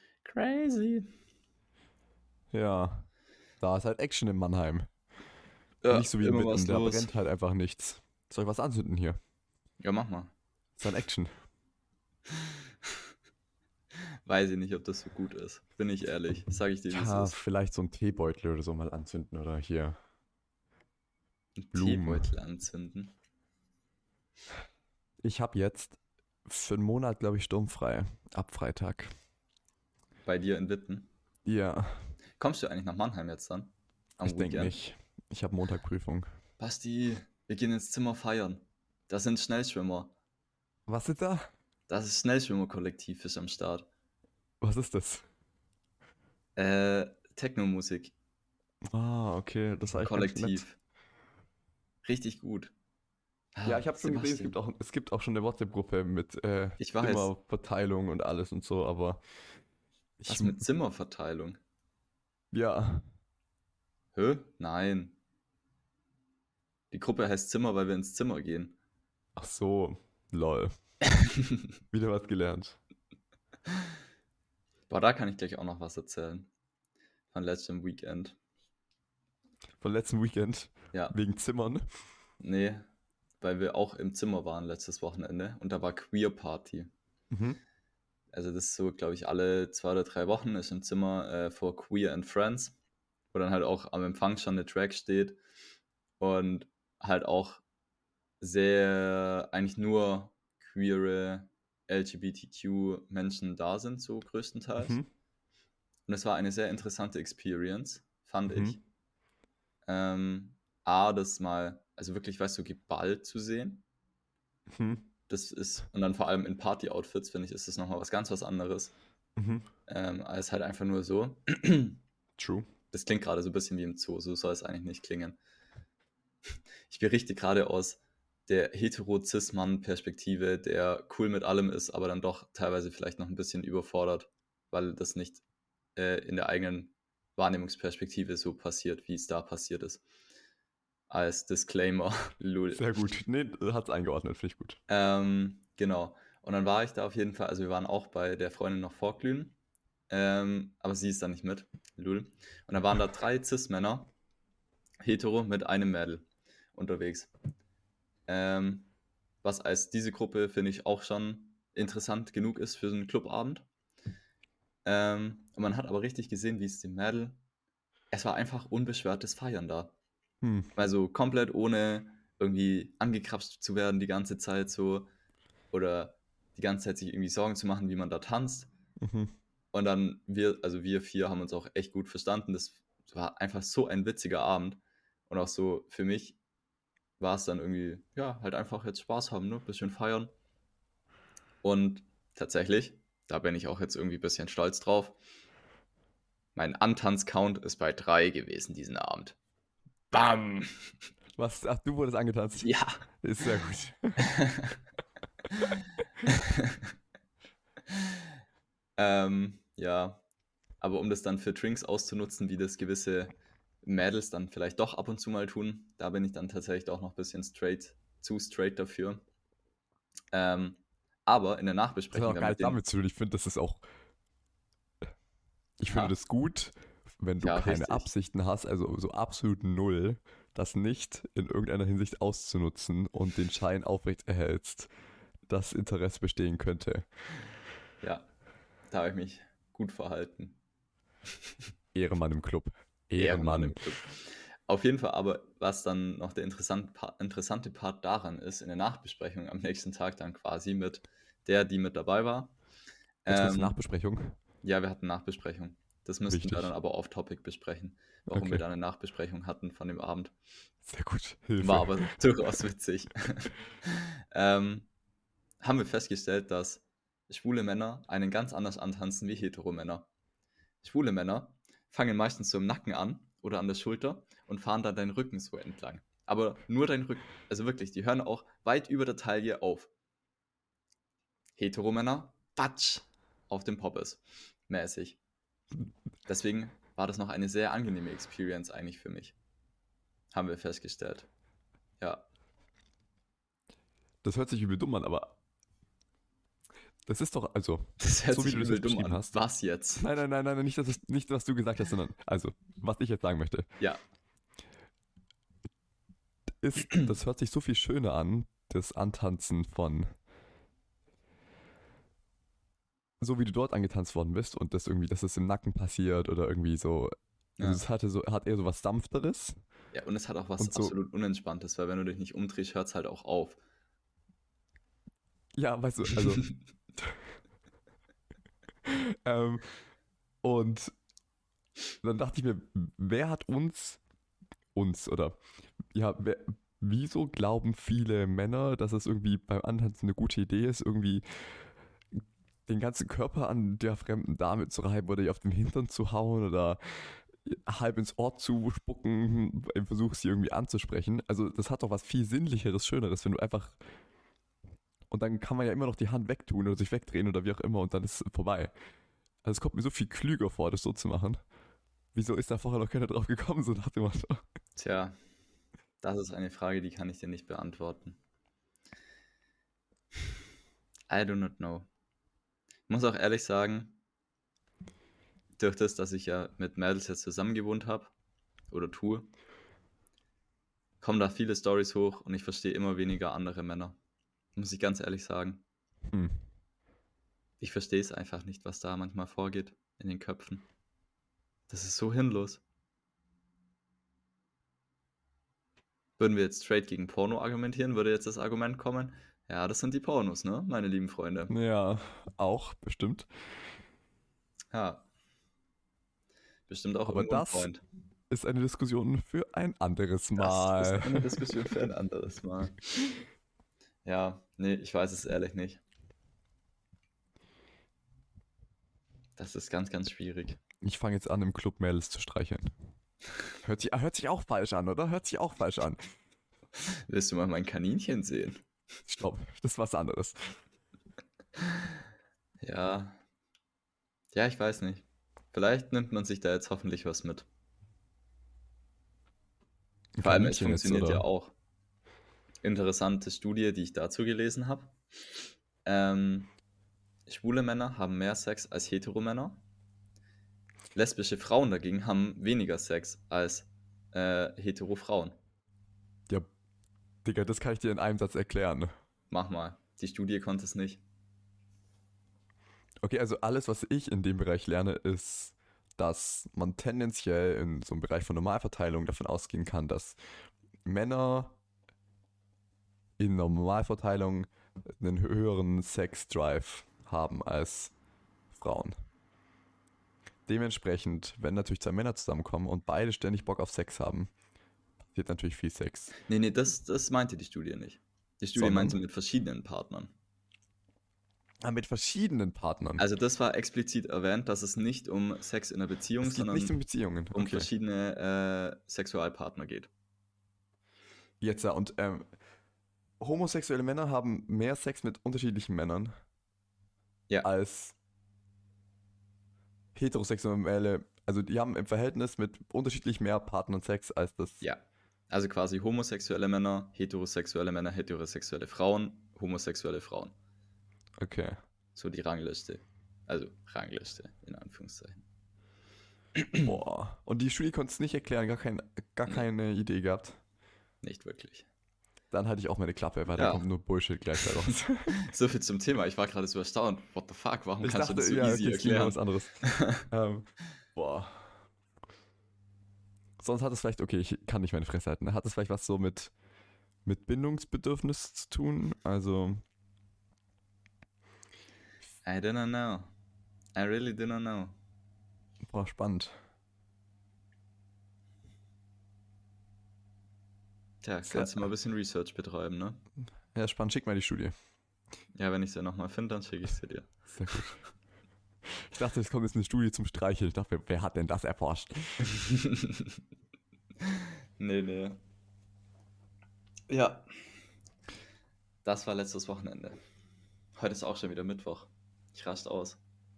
[SPEAKER 1] crazy.
[SPEAKER 2] Ja. Da ist halt Action in Mannheim.
[SPEAKER 1] Ja,
[SPEAKER 2] Nicht so wie in
[SPEAKER 1] immer was
[SPEAKER 2] Witten, da
[SPEAKER 1] los.
[SPEAKER 2] brennt halt einfach nichts. Soll ich was anzünden hier?
[SPEAKER 1] Ja, mach mal.
[SPEAKER 2] Ist ein Action.
[SPEAKER 1] Weiß ich nicht, ob das so gut ist. Bin ich ehrlich. Sag ich dir, wie es
[SPEAKER 2] Ja,
[SPEAKER 1] ist.
[SPEAKER 2] vielleicht so ein Teebeutel oder so mal anzünden oder hier.
[SPEAKER 1] Einen
[SPEAKER 2] Blumen.
[SPEAKER 1] Teebeutel anzünden.
[SPEAKER 2] Ich habe jetzt für einen Monat, glaube ich, sturmfrei. Ab Freitag.
[SPEAKER 1] Bei dir in Witten.
[SPEAKER 2] Ja,
[SPEAKER 1] Kommst du eigentlich nach Mannheim jetzt dann? Am
[SPEAKER 2] ich denke
[SPEAKER 1] Weekend?
[SPEAKER 2] nicht. Ich habe Montag Prüfung.
[SPEAKER 1] Basti, wir gehen ins Zimmer feiern. Das sind Schnellschwimmer.
[SPEAKER 2] Was ist da?
[SPEAKER 1] Das ist Schnellschwimmer-Kollektiv ist am Start.
[SPEAKER 2] Was ist das?
[SPEAKER 1] Äh, Techno-Musik.
[SPEAKER 2] Ah, okay, das war echt ganz nett.
[SPEAKER 1] Kollektiv. Richtig gut.
[SPEAKER 2] Ja,
[SPEAKER 1] Ah,
[SPEAKER 2] ich habe schon gesehen, es
[SPEAKER 1] Sebastian.
[SPEAKER 2] gibt auch, es gibt auch schon eine WhatsApp-Gruppe mit äh,
[SPEAKER 1] Ich weiß.
[SPEAKER 2] Zimmerverteilung und alles und so, aber ich,
[SPEAKER 1] Was mit Zimmerverteilung?
[SPEAKER 2] ja,
[SPEAKER 1] Hä? Nein. Die Gruppe heißt Zimmer, weil wir ins Zimmer gehen.
[SPEAKER 2] ach so, lol, wieder was gelernt.
[SPEAKER 1] Boah, da kann ich gleich auch noch was erzählen. Von letztem Weekend.
[SPEAKER 2] Von letztem Weekend,
[SPEAKER 1] Ja,
[SPEAKER 2] wegen Zimmern.
[SPEAKER 1] nee, weil wir auch im Zimmer waren letztes Wochenende und da war Queer Party.
[SPEAKER 2] Mhm.
[SPEAKER 1] Also das ist so, glaube ich, alle zwei oder drei Wochen ist im Zimmer äh, for Queer and Friends, wo dann halt auch am Empfang schon eine Track steht und halt auch sehr, eigentlich nur queere L G B T Q-Menschen da sind, so größtenteils.
[SPEAKER 2] Mhm.
[SPEAKER 1] Und es war eine sehr interessante Experience, fand
[SPEAKER 2] Mhm.
[SPEAKER 1] ich. Ähm, A, das mal, also wirklich, weißt du, geballt zu sehen.
[SPEAKER 2] Mhm.
[SPEAKER 1] Das ist, und dann vor allem in Party-Outfits, finde ich, ist das nochmal was ganz was anderes,
[SPEAKER 2] Mhm.
[SPEAKER 1] ähm, als halt einfach nur so.
[SPEAKER 2] True.
[SPEAKER 1] Das klingt gerade so ein bisschen wie im Zoo, so soll es eigentlich nicht klingen. Ich berichte gerade aus der hetero-cis-Mann-Perspektive, der cool mit allem ist, aber dann doch teilweise vielleicht noch ein bisschen überfordert, weil das nicht äh, in der eigenen Wahrnehmungsperspektive so passiert, wie es da passiert ist. Als Disclaimer, lul.
[SPEAKER 2] Sehr gut. Nee, hat's eingeordnet, finde ich gut.
[SPEAKER 1] Ähm, genau. Und dann war ich da auf jeden Fall, also wir waren auch bei der Freundin noch vorglühen, ähm, aber sie ist da nicht mit, lul. Und dann waren da drei Cis-Männer, hetero, mit einem Mädel unterwegs. Ähm, was als diese Gruppe, finde ich, auch schon interessant genug ist für so einen Clubabend. Ähm, und man hat aber richtig gesehen, wie es dem Mädel, es war einfach unbeschwertes Feiern da.
[SPEAKER 2] Hm.
[SPEAKER 1] Also komplett ohne irgendwie angekrapscht zu werden die ganze Zeit so oder die ganze Zeit sich irgendwie Sorgen zu machen, wie man da tanzt.
[SPEAKER 2] Mhm.
[SPEAKER 1] Und dann wir, also wir vier haben uns auch echt gut verstanden. Das war einfach so ein witziger Abend. Und auch so für mich war es dann irgendwie, ja, halt einfach jetzt Spaß haben, ne? Bisschen feiern. Und tatsächlich, da bin ich auch jetzt irgendwie ein bisschen stolz drauf. Mein Antanz-Count ist bei drei gewesen diesen Abend. Bam!
[SPEAKER 2] Was? Ach, du wurdest angetanzt.
[SPEAKER 1] Ja.
[SPEAKER 2] Ist sehr gut.
[SPEAKER 1] ähm, ja. Aber um das dann für Drinks auszunutzen, wie das gewisse Mädels dann vielleicht doch ab und zu mal tun, da bin ich dann tatsächlich auch noch ein bisschen straight, zu straight dafür. Ähm, aber in der
[SPEAKER 2] Das hat
[SPEAKER 1] Nachbesprechung
[SPEAKER 2] auch
[SPEAKER 1] dann
[SPEAKER 2] gar
[SPEAKER 1] mit
[SPEAKER 2] nichts
[SPEAKER 1] den...
[SPEAKER 2] damit zu tun. Ich finde, das ist auch. Ich
[SPEAKER 1] Ha,
[SPEAKER 2] finde das gut, wenn du
[SPEAKER 1] ja,
[SPEAKER 2] keine
[SPEAKER 1] richtig.
[SPEAKER 2] Absichten hast, also so absolut null, das nicht in irgendeiner Hinsicht auszunutzen und den Schein aufrecht erhältst, dass Interesse bestehen könnte.
[SPEAKER 1] Ja, da habe ich mich gut verhalten.
[SPEAKER 2] Ehrenmann im Club.
[SPEAKER 1] Ehrenmann
[SPEAKER 2] Ehrenmann.
[SPEAKER 1] im Club. Auf jeden Fall aber, was dann noch der interessante Part, interessante Part daran ist, in der Nachbesprechung am nächsten Tag dann quasi mit der, die mit dabei war.
[SPEAKER 2] Jetzt kurz
[SPEAKER 1] Ähm,
[SPEAKER 2] Nachbesprechung.
[SPEAKER 1] ja, wir hatten Nachbesprechung. Das müssten wir
[SPEAKER 2] Wichtig.
[SPEAKER 1] dann aber off-topic besprechen, warum
[SPEAKER 2] Okay.
[SPEAKER 1] wir dann eine Nachbesprechung hatten von dem Abend.
[SPEAKER 2] Sehr gut. Hilfe.
[SPEAKER 1] War aber durchaus witzig. ähm, haben wir festgestellt, dass schwule Männer einen ganz anders antanzen wie hetero Männer. Schwule Männer fangen meistens so im Nacken an oder an der Schulter und fahren dann deinen Rücken so entlang. Aber nur dein Rücken. Also wirklich, die hören auch weit über der Taille auf. Hetero-Männer, batsch, auf dem Poppes. Mäßig. Deswegen war das noch eine sehr angenehme Experience eigentlich für mich. Haben wir festgestellt. Ja.
[SPEAKER 2] Das hört sich übel dumm an, aber das ist doch, also,
[SPEAKER 1] Das hört
[SPEAKER 2] so wie
[SPEAKER 1] sich
[SPEAKER 2] du das
[SPEAKER 1] übel
[SPEAKER 2] jetzt
[SPEAKER 1] dumm
[SPEAKER 2] beschrieben
[SPEAKER 1] an.
[SPEAKER 2] hast.
[SPEAKER 1] Was jetzt?
[SPEAKER 2] Nein, nein, nein, nein, nicht, dass es, nicht, was du gesagt hast, sondern, also, was ich jetzt sagen möchte.
[SPEAKER 1] Ja.
[SPEAKER 2] ist, das hört sich so viel schöner an, das Antanzen von, so wie du dort angetanzt worden bist und das irgendwie, dass es im Nacken passiert oder irgendwie so, also
[SPEAKER 1] Ja.
[SPEAKER 2] es hatte so, hat eher so was Sanfteres
[SPEAKER 1] Ja, und es hat auch was
[SPEAKER 2] und so,
[SPEAKER 1] absolut Unentspanntes, weil wenn du dich nicht umdrehst, hört es halt auch auf.
[SPEAKER 2] ja, weißt du, also, ähm, und dann dachte ich mir, wer hat uns, uns oder, ja, wer, wieso glauben viele Männer, dass es irgendwie beim Antanzen eine gute Idee ist, irgendwie den ganzen Körper an der fremden Dame zu reiben oder ihr auf den Hintern zu hauen oder halb ins Ohr zu spucken im Versuch, sie irgendwie anzusprechen. Also das hat doch was viel Sinnlicheres, Schöneres, wenn du einfach... Und dann kann man ja immer noch die Hand wegtun oder sich wegdrehen oder wie auch immer und dann ist es vorbei. Also es kommt mir so viel klüger vor, das so zu machen. Wieso ist da vorher noch keiner drauf gekommen, so nach dem Motto?
[SPEAKER 1] Tja, das ist eine Frage, die kann ich dir nicht beantworten. I do not know. Ich muss auch ehrlich sagen, durch das, dass ich ja mit Mädels jetzt zusammen gewohnt habe oder tue, kommen da viele Storys hoch und ich verstehe immer weniger andere Männer. Muss ich ganz ehrlich sagen.
[SPEAKER 2] Hm.
[SPEAKER 1] Ich verstehe es einfach nicht, was da manchmal vorgeht in den Köpfen. Das ist so hirnlos. Würden wir jetzt straight gegen Porno argumentieren, würde jetzt das Argument kommen, ja, das sind die Pornos, ne, meine lieben Freunde.
[SPEAKER 2] Ja, auch, bestimmt.
[SPEAKER 1] Ja. Bestimmt auch
[SPEAKER 2] Aber
[SPEAKER 1] irgendwo ein
[SPEAKER 2] das
[SPEAKER 1] Freund.
[SPEAKER 2] ist eine Diskussion für ein anderes Mal.
[SPEAKER 1] Das ist eine Diskussion für ein anderes Mal. Ja, nee, ich weiß es ehrlich nicht. Das ist ganz, ganz schwierig.
[SPEAKER 2] Ich fange jetzt an, im Club Mädels zu streicheln. Hört sich, hört sich auch falsch an, oder? Hört sich auch falsch an.
[SPEAKER 1] Willst du mal mein Kaninchen sehen?
[SPEAKER 2] Stopp, das ist was anderes.
[SPEAKER 1] Ja. Ja, ich weiß nicht. Vielleicht nimmt man sich da jetzt hoffentlich was mit.
[SPEAKER 2] Ein
[SPEAKER 1] Vor allem, es
[SPEAKER 2] Kaninchen jetzt,
[SPEAKER 1] funktioniert ja
[SPEAKER 2] oder?
[SPEAKER 1] auch. Interessante Studie, die ich dazu gelesen habe. Ähm, schwule Männer haben mehr Sex als Heteromänner. Lesbische Frauen dagegen haben weniger Sex als äh, Hetero-Frauen.
[SPEAKER 2] Ja, Digga, das kann ich dir in einem Satz erklären.
[SPEAKER 1] Mach mal. Die Studie konnte es nicht.
[SPEAKER 2] Okay, also alles, was ich in dem Bereich lerne, ist, dass man tendenziell in so einem Bereich von Normalverteilung davon ausgehen kann, dass Männer in Normalverteilung einen höheren Sex-Drive haben als Frauen. Dementsprechend, wenn natürlich zwei Männer zusammenkommen und beide ständig Bock auf Sex haben, passiert natürlich viel Sex.
[SPEAKER 1] Nee, nee, das, das meinte die Studie nicht. Die Studie
[SPEAKER 2] Sondern?
[SPEAKER 1] meinte mit verschiedenen Partnern.
[SPEAKER 2] Ah, mit verschiedenen Partnern.
[SPEAKER 1] Also das war explizit erwähnt, dass es nicht um Sex in einer Beziehung,
[SPEAKER 2] Es geht
[SPEAKER 1] sondern
[SPEAKER 2] nicht um Beziehungen.
[SPEAKER 1] um
[SPEAKER 2] Okay.
[SPEAKER 1] verschiedene äh, Sexualpartner geht.
[SPEAKER 2] Jetzt ja, und ähm, homosexuelle Männer haben mehr Sex mit unterschiedlichen Männern
[SPEAKER 1] Ja.
[SPEAKER 2] als heterosexuelle, also die haben im Verhältnis mit unterschiedlich mehr Partnern Sex als das.
[SPEAKER 1] Ja. Also quasi homosexuelle Männer, heterosexuelle Männer, heterosexuelle Frauen, homosexuelle Frauen.
[SPEAKER 2] Okay.
[SPEAKER 1] So die Rangliste. Also Rangliste, in Anführungszeichen.
[SPEAKER 2] Boah. Und die Studie konnte es nicht erklären, gar, kein, gar
[SPEAKER 1] Nee.
[SPEAKER 2] keine Idee gehabt.
[SPEAKER 1] Nicht wirklich.
[SPEAKER 2] Dann hatte ich auch meine Klappe, weil
[SPEAKER 1] Ja.
[SPEAKER 2] da kommt nur Bullshit gleich daraus.
[SPEAKER 1] So viel zum Thema. Ich war gerade so erstaunt. What the fuck? Warum
[SPEAKER 2] Ich
[SPEAKER 1] kannst
[SPEAKER 2] dachte,
[SPEAKER 1] du das so
[SPEAKER 2] ja,
[SPEAKER 1] easy
[SPEAKER 2] okay, es ging um
[SPEAKER 1] erklären?
[SPEAKER 2] was anderes. ähm, boah. Sonst hat es vielleicht, okay, ich kann nicht meine Fresse halten. Hat es vielleicht was so mit, mit Bindungsbedürfnis zu tun? Also,
[SPEAKER 1] I don't know. I really do not know.
[SPEAKER 2] boah, spannend.
[SPEAKER 1] Tja,
[SPEAKER 2] Sehr-
[SPEAKER 1] kannst du mal ein bisschen Research betreiben, ne?
[SPEAKER 2] Ja, spannend. Schick mal die Studie.
[SPEAKER 1] Ja, wenn ich sie nochmal finde, dann schicke ich sie dir.
[SPEAKER 2] Sehr gut. Ich dachte, es kommt jetzt eine Studie zum Streicheln. Ich dachte, wer, wer hat denn das erforscht?
[SPEAKER 1] Nee, nee. Ja. Das war letztes Wochenende. Heute ist auch schon wieder Mittwoch. Ich rast aus.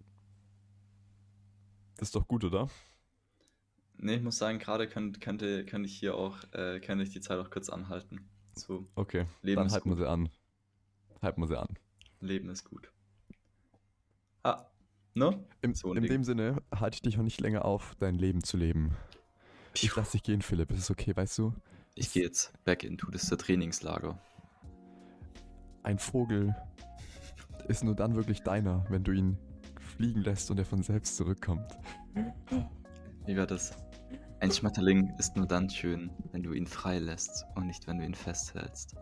[SPEAKER 2] Das ist doch gut, oder?
[SPEAKER 1] Nee, ich muss sagen, gerade könnt, könnte, könnte ich hier auch, äh, könnte ich die Zeit auch kurz anhalten. So,
[SPEAKER 2] Okay,
[SPEAKER 1] Leben
[SPEAKER 2] dann
[SPEAKER 1] ist
[SPEAKER 2] halten wir
[SPEAKER 1] gut.
[SPEAKER 2] sie an. Halten wir sie an.
[SPEAKER 1] Leben ist gut. Ah, ne?
[SPEAKER 2] Im,
[SPEAKER 1] So ein
[SPEAKER 2] in
[SPEAKER 1] Ding.
[SPEAKER 2] dem Sinne halte ich dich auch nicht länger auf, dein Leben zu leben. Ich lasse dich gehen, Philipp. Es ist okay, weißt du?
[SPEAKER 1] Ich gehe jetzt back into das Trainingslager.
[SPEAKER 2] Ein Vogel ist nur dann wirklich deiner, wenn du ihn fliegen lässt und er von selbst zurückkommt.
[SPEAKER 1] Wie war das? Ein Schmetterling ist nur dann schön, wenn du ihn frei lässt und nicht, wenn du ihn festhältst.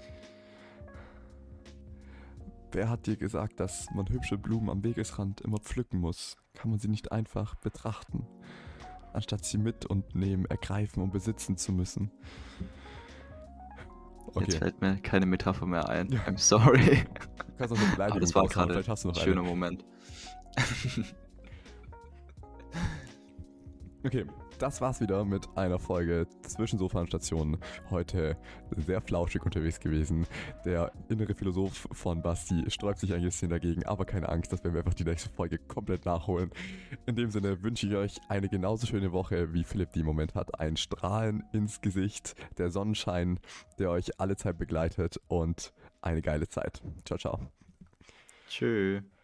[SPEAKER 2] Wer hat dir gesagt, dass man hübsche Blumen am Wegesrand immer pflücken muss? Kann man sie nicht einfach betrachten, anstatt sie mit und nehmen, ergreifen und besitzen zu müssen?
[SPEAKER 1] Okay. Jetzt fällt mir keine Metapher mehr ein. I'm sorry.
[SPEAKER 2] Du kannst auch eine Beleidigung
[SPEAKER 1] Aber das war gerade
[SPEAKER 2] Vielleicht hast du noch
[SPEAKER 1] ein schöner
[SPEAKER 2] eine.
[SPEAKER 1] Moment.
[SPEAKER 2] Okay, das war's wieder mit einer Folge zwischen Sofa und Station. Heute sehr flauschig unterwegs gewesen. Der innere Philosoph von Basti sträubt sich ein bisschen dagegen, aber keine Angst, das werden wir einfach die nächste Folge komplett nachholen. In dem Sinne wünsche ich euch eine genauso schöne Woche, wie Philipp die im Moment hat. Ein Strahlen ins Gesicht, der Sonnenschein, der euch alle Zeit begleitet und eine geile Zeit. Ciao, ciao.
[SPEAKER 1] Tschö.